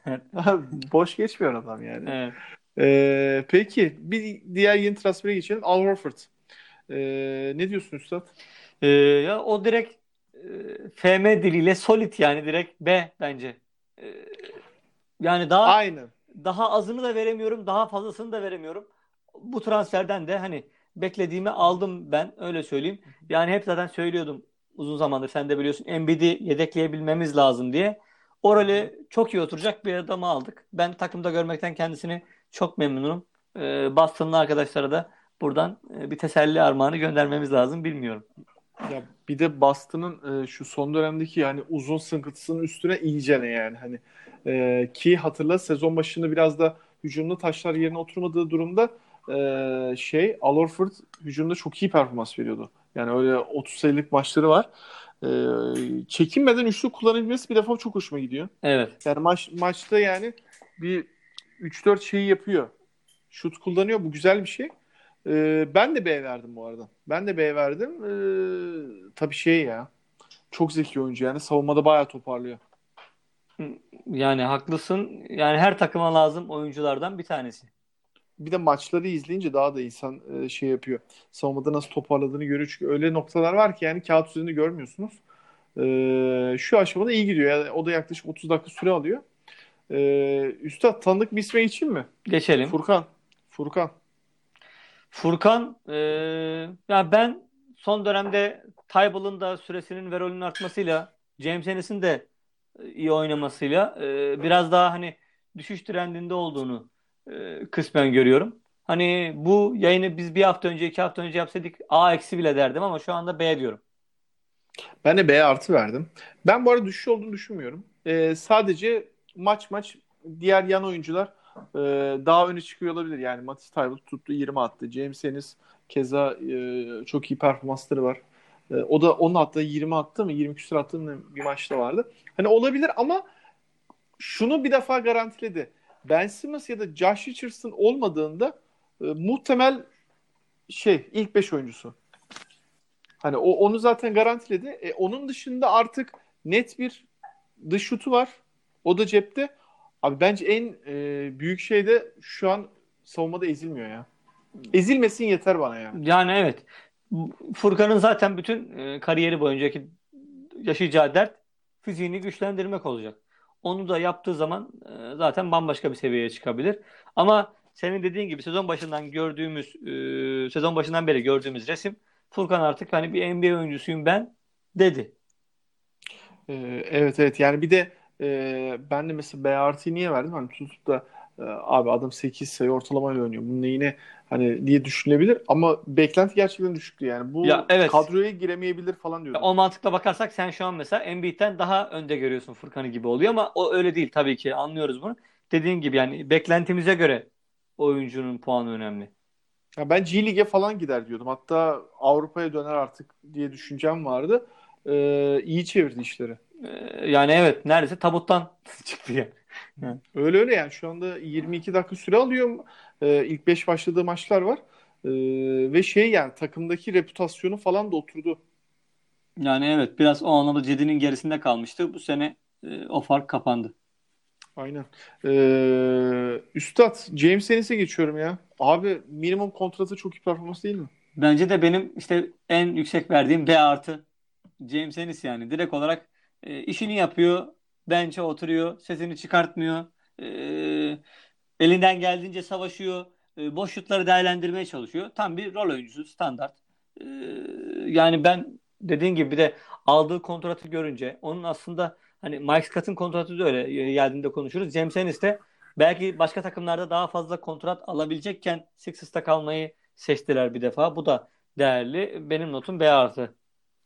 Boş geçmiyor adam yani. Evet. E, peki bir diğer yeni transfere geçelim. Al Horford. E, ne diyorsun Üstad? Ee, ya o direkt e, F M diliyle solid, yani direkt B bence. Ee, yani daha Aynen. daha azını da veremiyorum, daha fazlasını da veremiyorum. Bu transferden de hani beklediğimi aldım, ben öyle söyleyeyim. Yani hep zaten söylüyordum uzun zamandır, sen de biliyorsun, Embiid'i yedekleyebilmemiz lazım diye. O role çok iyi oturacak bir adamı aldık. Ben takımda görmekten kendisini çok memnunum. Ee, Boston'lı arkadaşlara da buradan e, bir teselli armağanı göndermemiz lazım, bilmiyorum. Ya bir de Boston'ın e, şu son dönemdeki yani uzun sıkıntısının üstüne iyicene yani hani e, ki hatırla sezon başında biraz da hücumda taşlar yerine oturmadığı durumda e, şey Al Horford hücumda çok iyi performans veriyordu. Yani öyle otuz sayılık maçları var. E, çekinmeden üçlük kullanabilmesi bir defa çok hoşuma gidiyor. Evet. Yani maç maçta yani bir üç dört şeyi yapıyor. Şut kullanıyor. Bu güzel bir şey. Ee, ben de B verdim bu arada. Ben de B verdim. Ee, tabii şey ya. Çok zeki oyuncu yani. Savunmada bayağı toparlıyor. Yani haklısın. Yani her takıma lazım oyunculardan bir tanesi. Bir de maçları izleyince daha da insan e, şey yapıyor. Savunmada nasıl toparladığını görüyor. Çünkü öyle noktalar var ki yani kağıt üzerinde görmüyorsunuz. Ee, şu aşamada iyi gidiyor. Yani o da yaklaşık otuz dakika süre alıyor. Ee, Üstad, tanıdık bir isme geçeyim mi? Geçelim. Furkan. Furkan. Furkan, e, ya ben son dönemde Tybal'ın da süresinin ve rolünün artmasıyla, James Ennis'in de e, iyi oynamasıyla e, biraz daha hani düşüş trendinde olduğunu e, kısmen görüyorum. Hani bu yayını biz bir hafta önce, iki hafta önce yapsaydık A eksi bile derdim ama şu anda B diyorum. Ben de B artı verdim. Ben bu arada düşüş olduğunu düşünmüyorum. Ee, sadece maç maç diğer yan oyuncular e, daha öne çıkıyor olabilir. Yani Matisse Thybulle tuttu yirmi attı. James Ennis keza e, çok iyi performansları var. E, o da onun hatta yirmi attı mı yirmi küsur attı mı bir maçta vardı. Hani olabilir ama şunu bir defa garantiledi. Ben Simmons ya da Josh Richardson olmadığında e, muhtemel şey ilk beş oyuncusu. Hani o onu zaten garantiledi. E, onun dışında artık net bir dış şutu var. O da cepte. Abi bence en e, büyük şey de şu an savunmada ezilmiyor ya. Ezilmesin yeter bana ya. Yani evet. Furkan'ın zaten bütün e, kariyeri boyuncaki yaşayacağı dert fiziğini güçlendirmek olacak. Onu da yaptığı zaman e, zaten bambaşka bir seviyeye çıkabilir. Ama senin dediğin gibi sezon başından gördüğümüz, e, sezon başından beri gördüğümüz resim, Furkan artık hani bir N B A oyuncusuyum ben dedi. E, evet evet yani bir de e, ben de mesela B artıyı niye verdim? Hani tutup da e, abi adam sekiz sayı ortalamayla oynuyor. Bunun neyine hani diye düşünülebilir ama beklenti gerçekten düşüktü yani. Ya Bu evet. kadroya giremeyebilir falan Ya diyordum. o mantıkla bakarsak sen şu an mesela Embiid'den daha önde görüyorsun Furkan'ı gibi oluyor ama o öyle değil, tabii ki anlıyoruz bunu. Dediğin gibi yani beklentimize göre oyuncunun puanı önemli. Ya ben G Lig'e falan gider diyordum. Hatta Avrupa'ya döner artık diye düşüncem vardı. Ee, iyi çevirdi işleri. Ee, yani evet, neredeyse tabuttan çıktı ya. Yani. Öyle öyle yani şu anda yirmi iki dakika süre alıyor. Ee, ilk beş başladığı maçlar var. Ee, ve şey yani takımdaki reputasyonu falan da oturdu. Yani evet, biraz o anlamda Cedi'nin gerisinde kalmıştı. Bu sene e, o fark kapandı. Aynen. Ee, Üstad, James Ennis'e geçiyorum ya. Abi minimum kontratı çok iyi performans değil mi? Bence de benim işte en yüksek verdiğim B artı James Ennis, yani direkt olarak e, işini yapıyor. Bench'e oturuyor. Sesini çıkartmıyor. E, elinden geldiğince savaşıyor. E, boş şutları değerlendirmeye çalışıyor. Tam bir rol oyuncusu, standart. E, yani ben dediğin gibi bir de aldığı kontratı görünce, onun aslında hani Mike Scott'ın kontratı da öyle, e, geldiğinde konuşuruz. James Ennis de belki başka takımlarda daha fazla kontrat alabilecekken Sixers'ta kalmayı seçtiler bir defa. Bu da değerli. Benim notum B artı.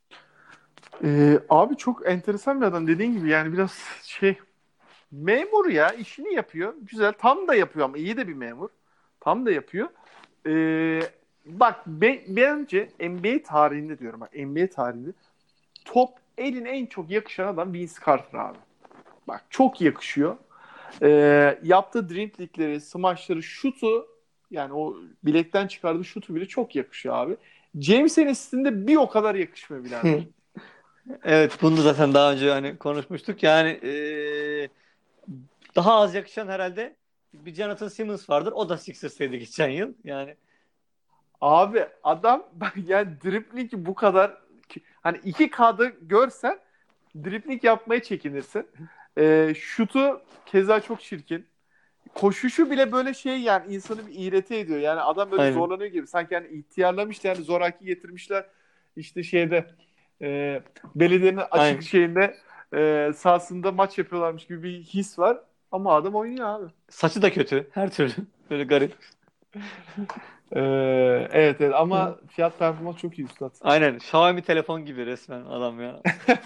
Ee, abi çok enteresan bir adam dediğin gibi yani biraz şey memur ya işini yapıyor. Güzel tam da yapıyor ama iyi de bir memur. Tam da yapıyor. Ee, bak be, bence N B A tarihinde diyorum. Bak, N B A tarihinde top eline en çok yakışan adam Vince Carter abi. Bak çok yakışıyor. Ee, yaptığı dribblikleri, smashları, şutu, yani o bilekten çıkardığı şutu bile çok yakışıyor abi. James Ennis'in de bir o kadar yakışmıyor birader. Evet, bunu da zaten daha önce hani konuşmuştuk. Yani eee, daha az yakışan herhalde bir Jonathan Simmons vardır. O da Sixers'taydı geçen yıl. Yani Abi adam yani dribling bu kadar, hani iki K'da görsen dribling yapmaya çekinirsin. Ee, şutu keza çok çirkin. Koşuşu bile böyle şey, yani insanı bir iğreti ediyor. Yani adam böyle aynen. zorlanıyor gibi. Sanki yani ihtiyarlamış da, yani zoraki getirmişler. İşte şeyde e, belediyenin açık Aynen. şeyinde e, sahasında maç yapıyorlarmış gibi bir his var. Ama adam oynuyor abi. Saçı da kötü. Her türlü. Böyle garip. E, evet evet, Hı. ama fiyat performans çok iyi üstad. Aynen. Xiaomi telefon gibi resmen adam ya.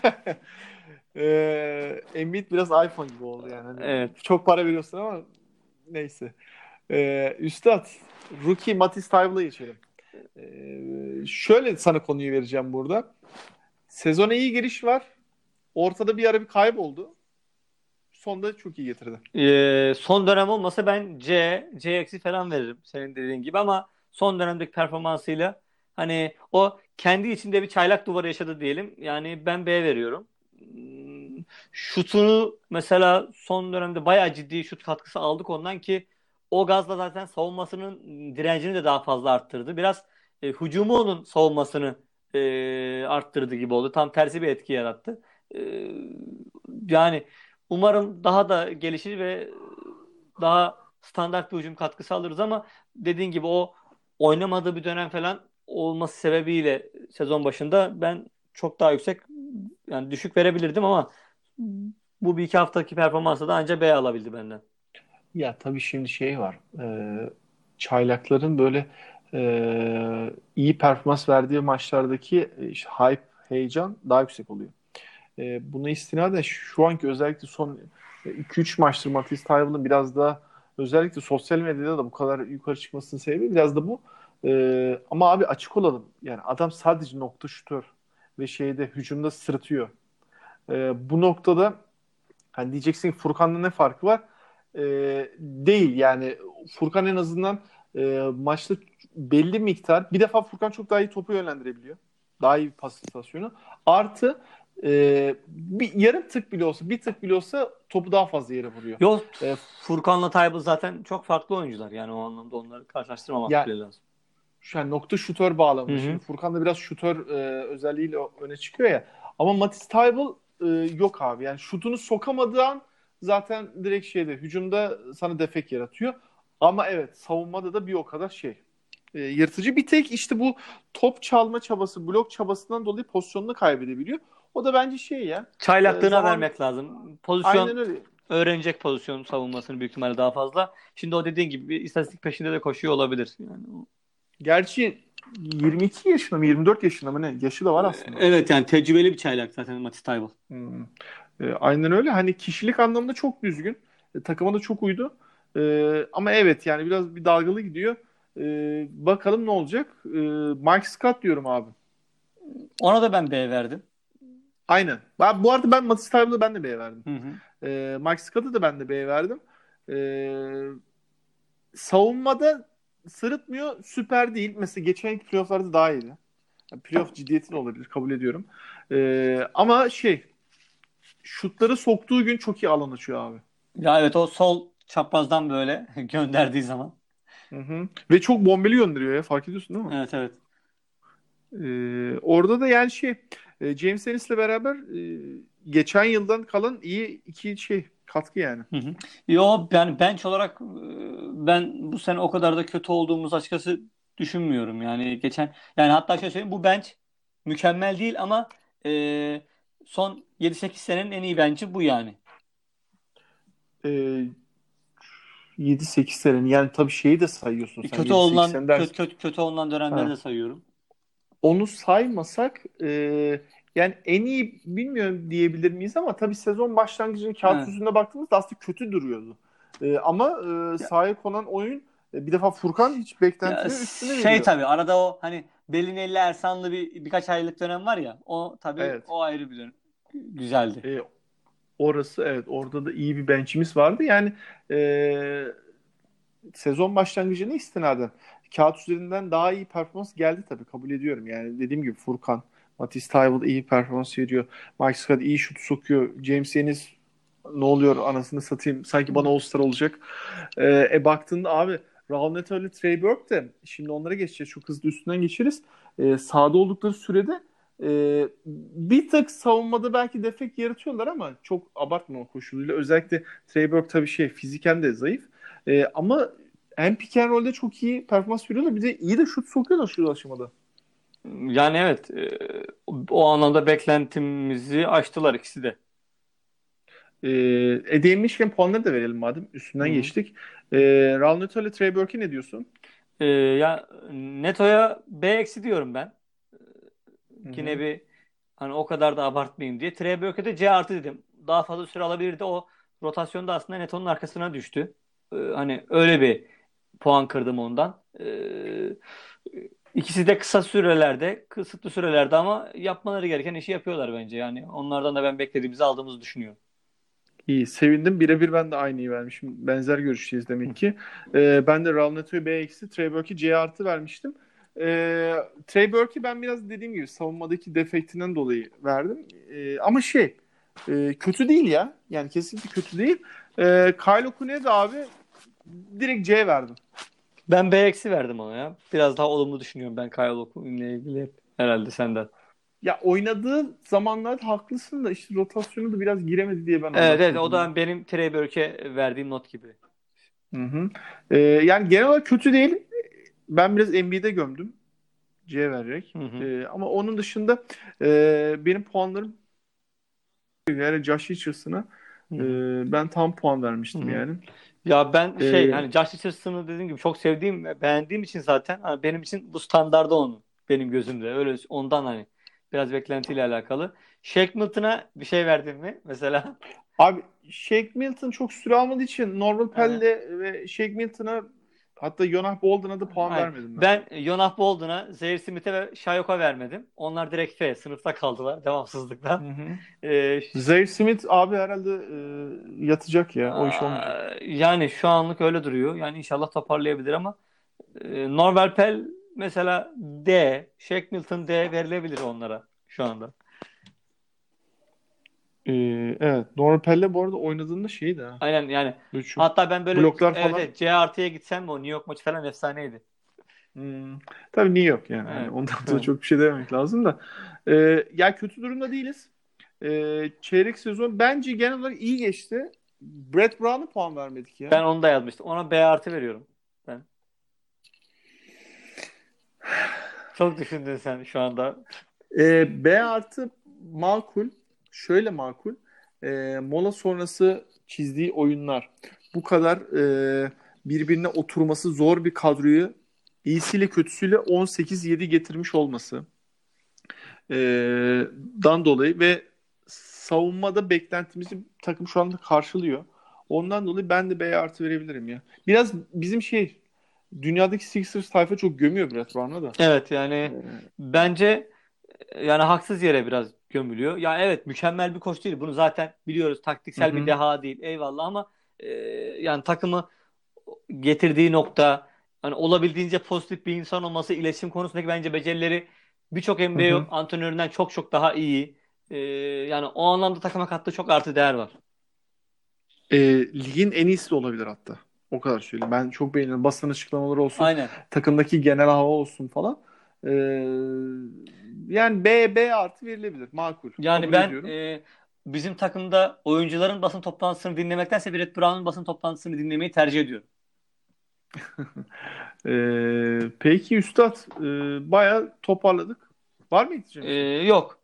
e, Embiid biraz iPhone gibi oldu yani. Hani Evet. çok para veriyorsun ama neyse. E, üstad, Rookie Matisse Thybulle geçelim. Ee, şöyle sana konuyu vereceğim burada. Sezona iyi giriş var. Ortada bir ara bir kayboldu. Sonda çok iyi getirdi. Ee, son dönem olmasa ben C, C eksi falan veririm senin dediğin gibi ama son dönemdeki performansıyla hani o kendi içinde bir çaylak duvarı yaşadı diyelim. Yani ben B veriyorum. Hmm, Şutunu mesela son dönemde bayağı ciddi şut katkısı aldık ondan ki o gazla zaten savunmasının direncini de daha fazla arttırdı. Biraz e, hücumu onun savunmasını e, arttırdı gibi oldu. Tam tersi bir etki yarattı. E, yani umarım daha da gelişir ve daha standart bir hücum katkısı alırız ama dediğin gibi o oynamadığı bir dönem falan olması sebebiyle sezon başında ben çok daha yüksek, yani düşük verebilirdim ama bu bir iki haftaki performansı da anca B alabildi benden. Ya tabii şimdi şey var. Ee, çaylakların böyle e, iyi performans verdiği maçlardaki e, işte hype, heyecan daha yüksek oluyor. E, buna istinaden şu anki özellikle son iki üç maçtır Matisse Thybulle'ın biraz daha özellikle sosyal medyada da bu kadar yukarı çıkmasının sebebi biraz da bu. E, ama abi açık olalım. Yani adam sadece nokta şutör ve şeyde hücumda sırıtıyor. E, bu noktada hani diyeceksin ki Furkan'la ne farkı var? E, değil yani. Furkan en azından e, maçta belli miktar, bir defa Furkan çok daha iyi topu yönlendirebiliyor. Daha iyi bir pas istasyonu. Artı e, bir yarım tık bile olsa, bir tık bile olsa topu daha fazla yere vuruyor. Yok, E, Furkan'la Tayyip zaten çok farklı oyuncular, yani o anlamda onları karşılaştırmamak yani bile lazım. şu an nokta şutör Hı bağlamında. Şimdi hı. Furkan da biraz şutör e, özelliğiyle öne çıkıyor ya. Ama Matisse Thybulle e, yok abi. Yani şutunu sokamadığı an zaten direkt şeyde, hücumda sana defek yaratıyor. Ama evet, savunmada da bir o kadar şey. E, yırtıcı. Bir tek işte bu top çalma çabası, blok çabasından dolayı pozisyonunu kaybedebiliyor. O da bence şey ya. E, Çaylaklığına zaman vermek lazım. aynen Pozisyon öyle. öğrenecek, pozisyon savunmasını büyük ihtimalle daha fazla. Şimdi o dediğin gibi bir istatistik peşinde de koşuyor olabilir. Yani o- Gerçi yirmi iki yaşında mı, yirmi dört yaşında mı ne? Yaşı da var aslında. Evet, yani tecrübeli bir çaylak zaten Matisse Thybulle. Hmm. E, aynen öyle. Hani kişilik anlamında çok düzgün. E, takıma da çok uydu. E, ama evet, yani biraz bir dalgalı gidiyor. E, bakalım ne olacak. E, Mike Scott diyorum abi. Ona da ben B verdim. Aynen. Ben, bu arada ben Matisse Thybull'a ben de B verdim. Hı hı. E, Mike Scott'a da ben de B verdim. E, savunmada sırıtmıyor. Süper değil. Mesela geçen playoff'larda daha iyiydi. Yani playoff ciddiyeti de olabilir. Kabul ediyorum. E, ama şey, şutları soktuğu gün çok iyi alan açıyor abi. Ya evet, o sol çaprazdan böyle gönderdiği zaman. Hı hı. Ve çok bombeli gönderiyor ya. Fark ediyorsun değil mi? Evet, evet. Ee, orada da yani şey, e, James Ennis'le beraber e, geçen yıldan kalan iyi iki şey katkı yani. Hı hı. Yo, yani bench olarak e, ben bu sene o kadar da kötü olduğumuz açıkçası düşünmüyorum. Yani geçen, yani hatta şöyle söyleyeyim, bu bench mükemmel değil ama e, son yedi sekiz senenin en iyi bench'i bu yani. Ee, yedi sekiz senenin, yani tabii şeyi de sayıyorsun sen, Kötü yedi sekiz olunan sene kötü dersin. kötü kötü olunan dönemleri Ha. de sayıyorum. Onu saymasak e, yani en iyi bilmiyorum diyebilir miyiz, ama tabii sezon başlangıcının kağıt Evet. yüzünde baktığımızda aslında kötü duruyordu. E, ama e, Ya, sahaya konan oyun E, bir defa Furkan hiç Ya, beklentilerin üstüne şey veriyor. tabii arada o hani Bellinelli Ersanlı bir birkaç aylık dönem var ya, o tabii Evet. o ayrı bir dönem. Güzeldi. E, Orası evet, orada da iyi bir bench'imiz vardı. Yani e, sezon başlangıcına istinaden kağıt üzerinden daha iyi performans geldi tabii, kabul ediyorum. Yani dediğim gibi Furkan, Matisse Thybulle iyi performans veriyor. Mike Scott iyi şut sokuyor. James Ennis ne oluyor anasını satayım, sanki bana All-Star olacak. E, e baktığında abi Raul Neto ile Trey Burke de, şimdi onlara geçeceğiz, çok hızlı üstünden geçeriz. E, sahada oldukları sürede e, bir tık savunmada belki defekt yaratıyorlar ama çok abartmama koşuluyla. Özellikle Trey Burke tabii şey fiziken de zayıf. E, ama hem pick and roll'de çok iyi performans veriyorlar. Bir de iyi de şut sokuyorlar şu aşamada. Yani evet, e, o anlamda beklentimizi aştılar ikisi de. E, e değinmişken puanları da verelim madem. Hı Üstünden hı. geçtik. E, Raul Neto ile Trey Burke'e ne diyorsun? E, ya Neto'ya B eksi diyorum ben. Hı Yine hı. bir hani o kadar da abartmayayım diye. Trey Burke'e de C artı dedim. Daha fazla süre alabilirdi. O rotasyonda aslında Neto'nun arkasına düştü. E, hani öyle bir puan kırdım ondan. E, ikisi de kısa sürelerde, kısıtlı sürelerde ama yapmaları gereken işi yapıyorlar bence. Yani onlardan da ben beklediğimizi aldığımızı düşünüyorum. İyi, sevindim. Birebir ben de aynıyı vermişim. Benzer görüşteyiz demek ki. E, ben de Raul Neto'ya B eksi, Trey Burke'e C artı vermiştim. E, Trey Burke'i ben biraz dediğim gibi savunmadaki defektinden dolayı verdim. E, ama şey e, kötü değil ya. Yani kesinlikle kötü değil. E, Kyle Okune'ye de abi direkt C verdim. Ben B eksi verdim ona ya. Biraz daha olumlu düşünüyorum ben Kyle Oku'yla ilgili hep. Herhalde senden. Ya oynadığı zamanlarda haklısın da işte rotasyonu da biraz giremedi diye ben Evet, ondan evet, o kırdım. da benim Trey Burke'e verdiğim not gibi. Hı hı. Ee, yani genel olarak kötü değil. Ben biraz N B A'de gömdüm. C vererek. Hı hı. Ee, ama onun dışında e, benim puanlarım yani Josh Richardson'a Hı e, hı. ben tam puan Hı vermiştim hı. yani. Ya ben şey Ee, hani Josh Richardson'ı dediğim gibi çok sevdiğim ve beğendiğim için zaten hani benim için bu standarda onun benim gözümde. Öyle ondan hani biraz beklentiyle alakalı. Shake Milton'a bir şey verdin mi mesela? abi Shake Milton çok süre almadığı için Norval Pell'le Aynen. ve Shake Milton'a, hatta Jonah Bolden'a da puan Aynen. vermedim ben. Ben Jonah Bolden'a, Zaire Smith'e ve Shayok'a vermedim. Onlar direkt F sınıfta kaldılar devamsızlıktan. Hı hı. Ee, Zaire Smith abi herhalde e, yatacak ya. O iş olmayacak. aa, yani şu anlık öyle duruyor. Yani inşallah toparlayabilir ama e, Norvel Pell mesela D, Shake Milton D verilebilir onlara şu anda. Ee, evet. Normal Pelle bu arada oynadığında şeydi ha. Aynen yani. Böyle şu Hatta ben böyle bloklar evet, falan. evet C artıya gitsem mi o New York maçı falan efsaneydi. Hmm. Tabii New York yani. Hani Evet. ondan da çok bir şey dememek lazım da. Ee, ya kötü durumda değiliz. Ee, çeyrek sezon bence genel olarak iyi geçti. Brett Brown'a puan vermedik ya. Ben onu da yazmıştım. Ona B artı veriyorum. Ben. Çok düşündün sen şu anda. Ee, B artı makul. Şöyle makul. Ee, mola sonrası çizdiği oyunlar. Bu kadar e, birbirine oturması zor bir kadroyu iyisiyle kötüsüyle on sekiz yedi getirmiş olması. Ee, dan dolayı ve savunmada beklentimizi takım şu anda karşılıyor. Ondan dolayı ben de B artı verebilirim ya. Biraz bizim şey dünyadaki Sixers tayfa çok gömüyor Brett Brown'a da. Evet Ee, yani bence yani haksız yere biraz gömülüyor. Ya evet mükemmel bir koç değil. Bunu zaten biliyoruz. hı Taktiksel bir hı. deha değil. Eyvallah ama e, yani takımı getirdiği nokta hani olabildiğince pozitif bir insan olması, iletişim konusundaki bence becerileri birçok Hı N B A hı. antrenöründen çok çok daha iyi. E, yani o anlamda takıma kattığı çok artı değer var. Ee, ligin en iyisi de olabilir hatta. O kadar söyleyeyim. Ben çok beğeniyorum. Basın açıklamaları olsun, Aynen. takımdaki genel hava olsun falan. Ee, yani B, B artı verilebilir. Makul. Yani Kabul ben ediyorum. e, bizim takımda oyuncuların basın toplantısını dinlemektense Brett Brown'un basın toplantısını dinlemeyi tercih ediyorum. Ee, peki Üstad, e, bayağı toparladık. Var mı ekleyeceğim E, bir şey? yok.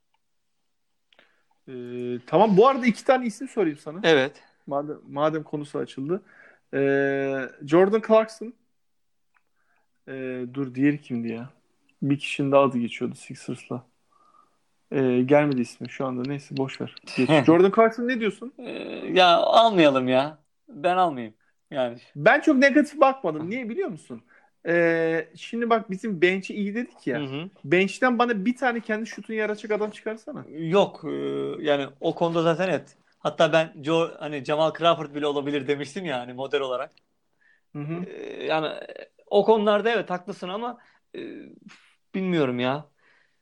Ee, tamam, bu arada iki tane isim sorayım sana. Evet. Madem, madem konusu açıldı. Ee, Jordan Clarkson. Ee, dur, diğeri kimdi ya? Bir kişinin daha adı geçiyordu Sixers'la. Ee, gelmedi ismi şu anda. Neyse boş ver. Geç. Jordan Clarkson ne diyorsun? E, ya almayalım ya. Ben almayayım. Yani Ben çok negatif bakmadım. Niye biliyor musun? Ee, şimdi bak bizim bench'i iyi dedik hı ya. hı. Bench'ten bana bir tane kendi şutunu yaratacak adam çıkarsana. Yok e, yani o konuda zaten evet. Hatta ben Joe hani Jamal Crawford bile olabilir demiştim ya hani model olarak. Hı hı. E, yani e, o konularda evet haklısın ama e, bilmiyorum ya.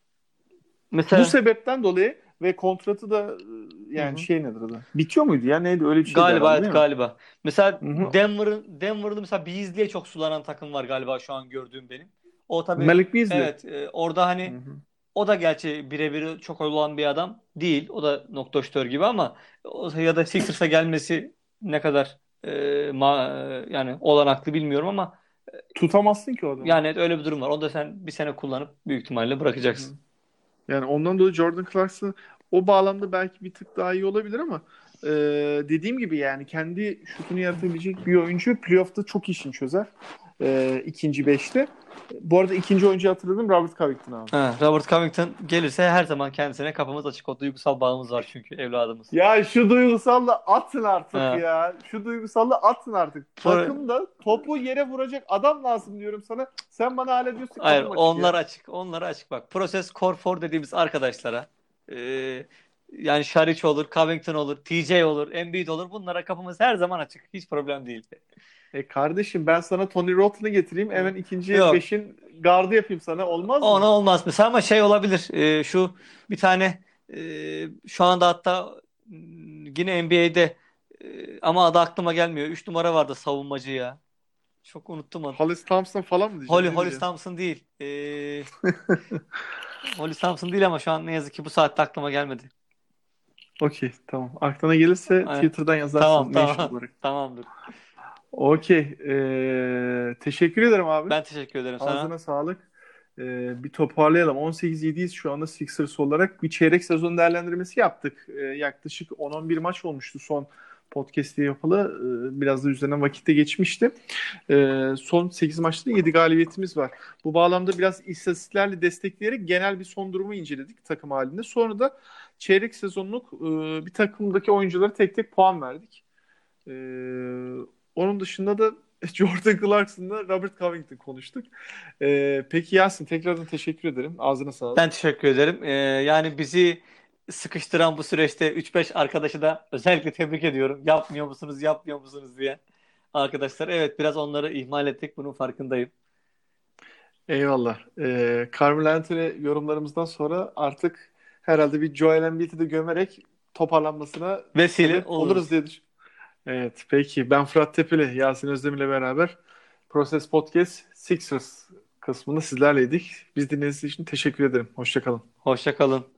Bu Mesela sebepten dolayı ve kontratı da e, hı yani hı. şey nedir adı? Bitiyor muydu ya? Neydi? Öyle bir şeydi Galiba herhalde evet değil mi? galiba. Mesela Hı hı. Denver'ın Denver'da mesela Beasley'e çok sulanan takım var galiba şu an gördüğüm benim. O tabii Malik Beasley. evet e, orada Hı hani hı. o da gerçi birebir çok olan bir adam değil. O da nokta şutör gibi ama o, ya da Sixers'a gelmesi ne kadar e, ma- yani olanaklı bilmiyorum ama Tutamazsın ki o adamı. yani evet, öyle bir durum var. Onu da sen bir sene kullanıp büyük ihtimalle Hı hı. bırakacaksın. Yani ondan dolayı Jordan Clarkson o bağlamda belki bir tık daha iyi olabilir ama e, dediğim gibi yani kendi şutunu yaratabilecek bir oyuncu playoff'ta çok işini çözer. E, ikinci beşte. Bu arada ikinci oyuncuyu hatırladım, Robert Covington abi. Ha, Robert Covington gelirse her zaman kendisine kapımız açık. O duygusal bağımız var çünkü evladımız. Ya şu duygusalla atın artık Ha. ya. Şu duygusalla atın artık. Pro- Takımda topu yere vuracak adam lazım diyorum sana. Sen bana hala diyorsun Hayır, kapım açık onlar ya. açık. Onlar açık. Bak, Proses Core Four dediğimiz arkadaşlara e, yani Şariç olur, Covington olur, T J olur, Embiid olur. Bunlara kapımız her zaman açık. Hiç problem değil. E kardeşim ben sana Tony Roton'u getireyim. Hı. Hemen ikinci Yok. beşin gardı yapayım sana. Olmaz Ona mı? olmaz mesela ama şey olabilir. E, şu bir tane e, şu anda hatta m, yine N B A'de e, ama adı aklıma gelmiyor. Üç numara vardı savunmacı ya. Çok unuttum onu. Hollis Thompson falan mı Holly, diyeceksin? Ne Hollis diyeceksin? Thompson değil. E, Hollis Thompson değil ama şu an ne yazık ki bu saatte aklıma gelmedi. Okey, tamam. Aklına gelirse Aynen. Twitter'dan Tamam yazarsın mention tamam. olarak. Tamamdır. Okey. Ee, teşekkür ederim abi. Ben teşekkür ederim sana. Ağzına sağlık. Ee, bir toparlayalım. on sekiz yediyiz şu anda Sixers olarak. Bir çeyrek sezon değerlendirmesi yaptık. Ee, yaklaşık on on bir maç olmuştu son podcast'i yapalı. Ee, biraz da üzerinden vakitte geçmişti. Ee, son sekiz maçta yedi galibiyetimiz var. Bu bağlamda biraz istatistiklerle destekleyerek genel bir son durumu inceledik takım halinde. Sonra da çeyrek sezonluk e, bir takımdaki oyunculara tek tek puan verdik. Ee, onun dışında da Jordan Clarkson'la Robert Covington konuştuk. Ee, peki Yasin, tekrardan teşekkür ederim. Ağzına sağlık. Ben teşekkür ederim. Ee, yani bizi sıkıştıran bu süreçte üç beş arkadaşı da özellikle tebrik ediyorum. Yapmıyor musunuz, yapmıyor musunuz diye. Arkadaşlar evet biraz onları ihmal ettik. Bunun farkındayım. Eyvallah. Ee, Carmelo Anthony yorumlarımızdan sonra artık herhalde bir Joel Embiid'i de gömerek toparlanmasına Vesile sebep oluruz oluruz. diye düşünüyorum. Evet, peki. Ben Fırat Tepeli, Yasin Özdemir'le beraber Proses Podcast Sixers kısmını sizlerleydik. Biz dinlediğiniz için teşekkür ederim. Hoşça kalın. Hoşça kalın.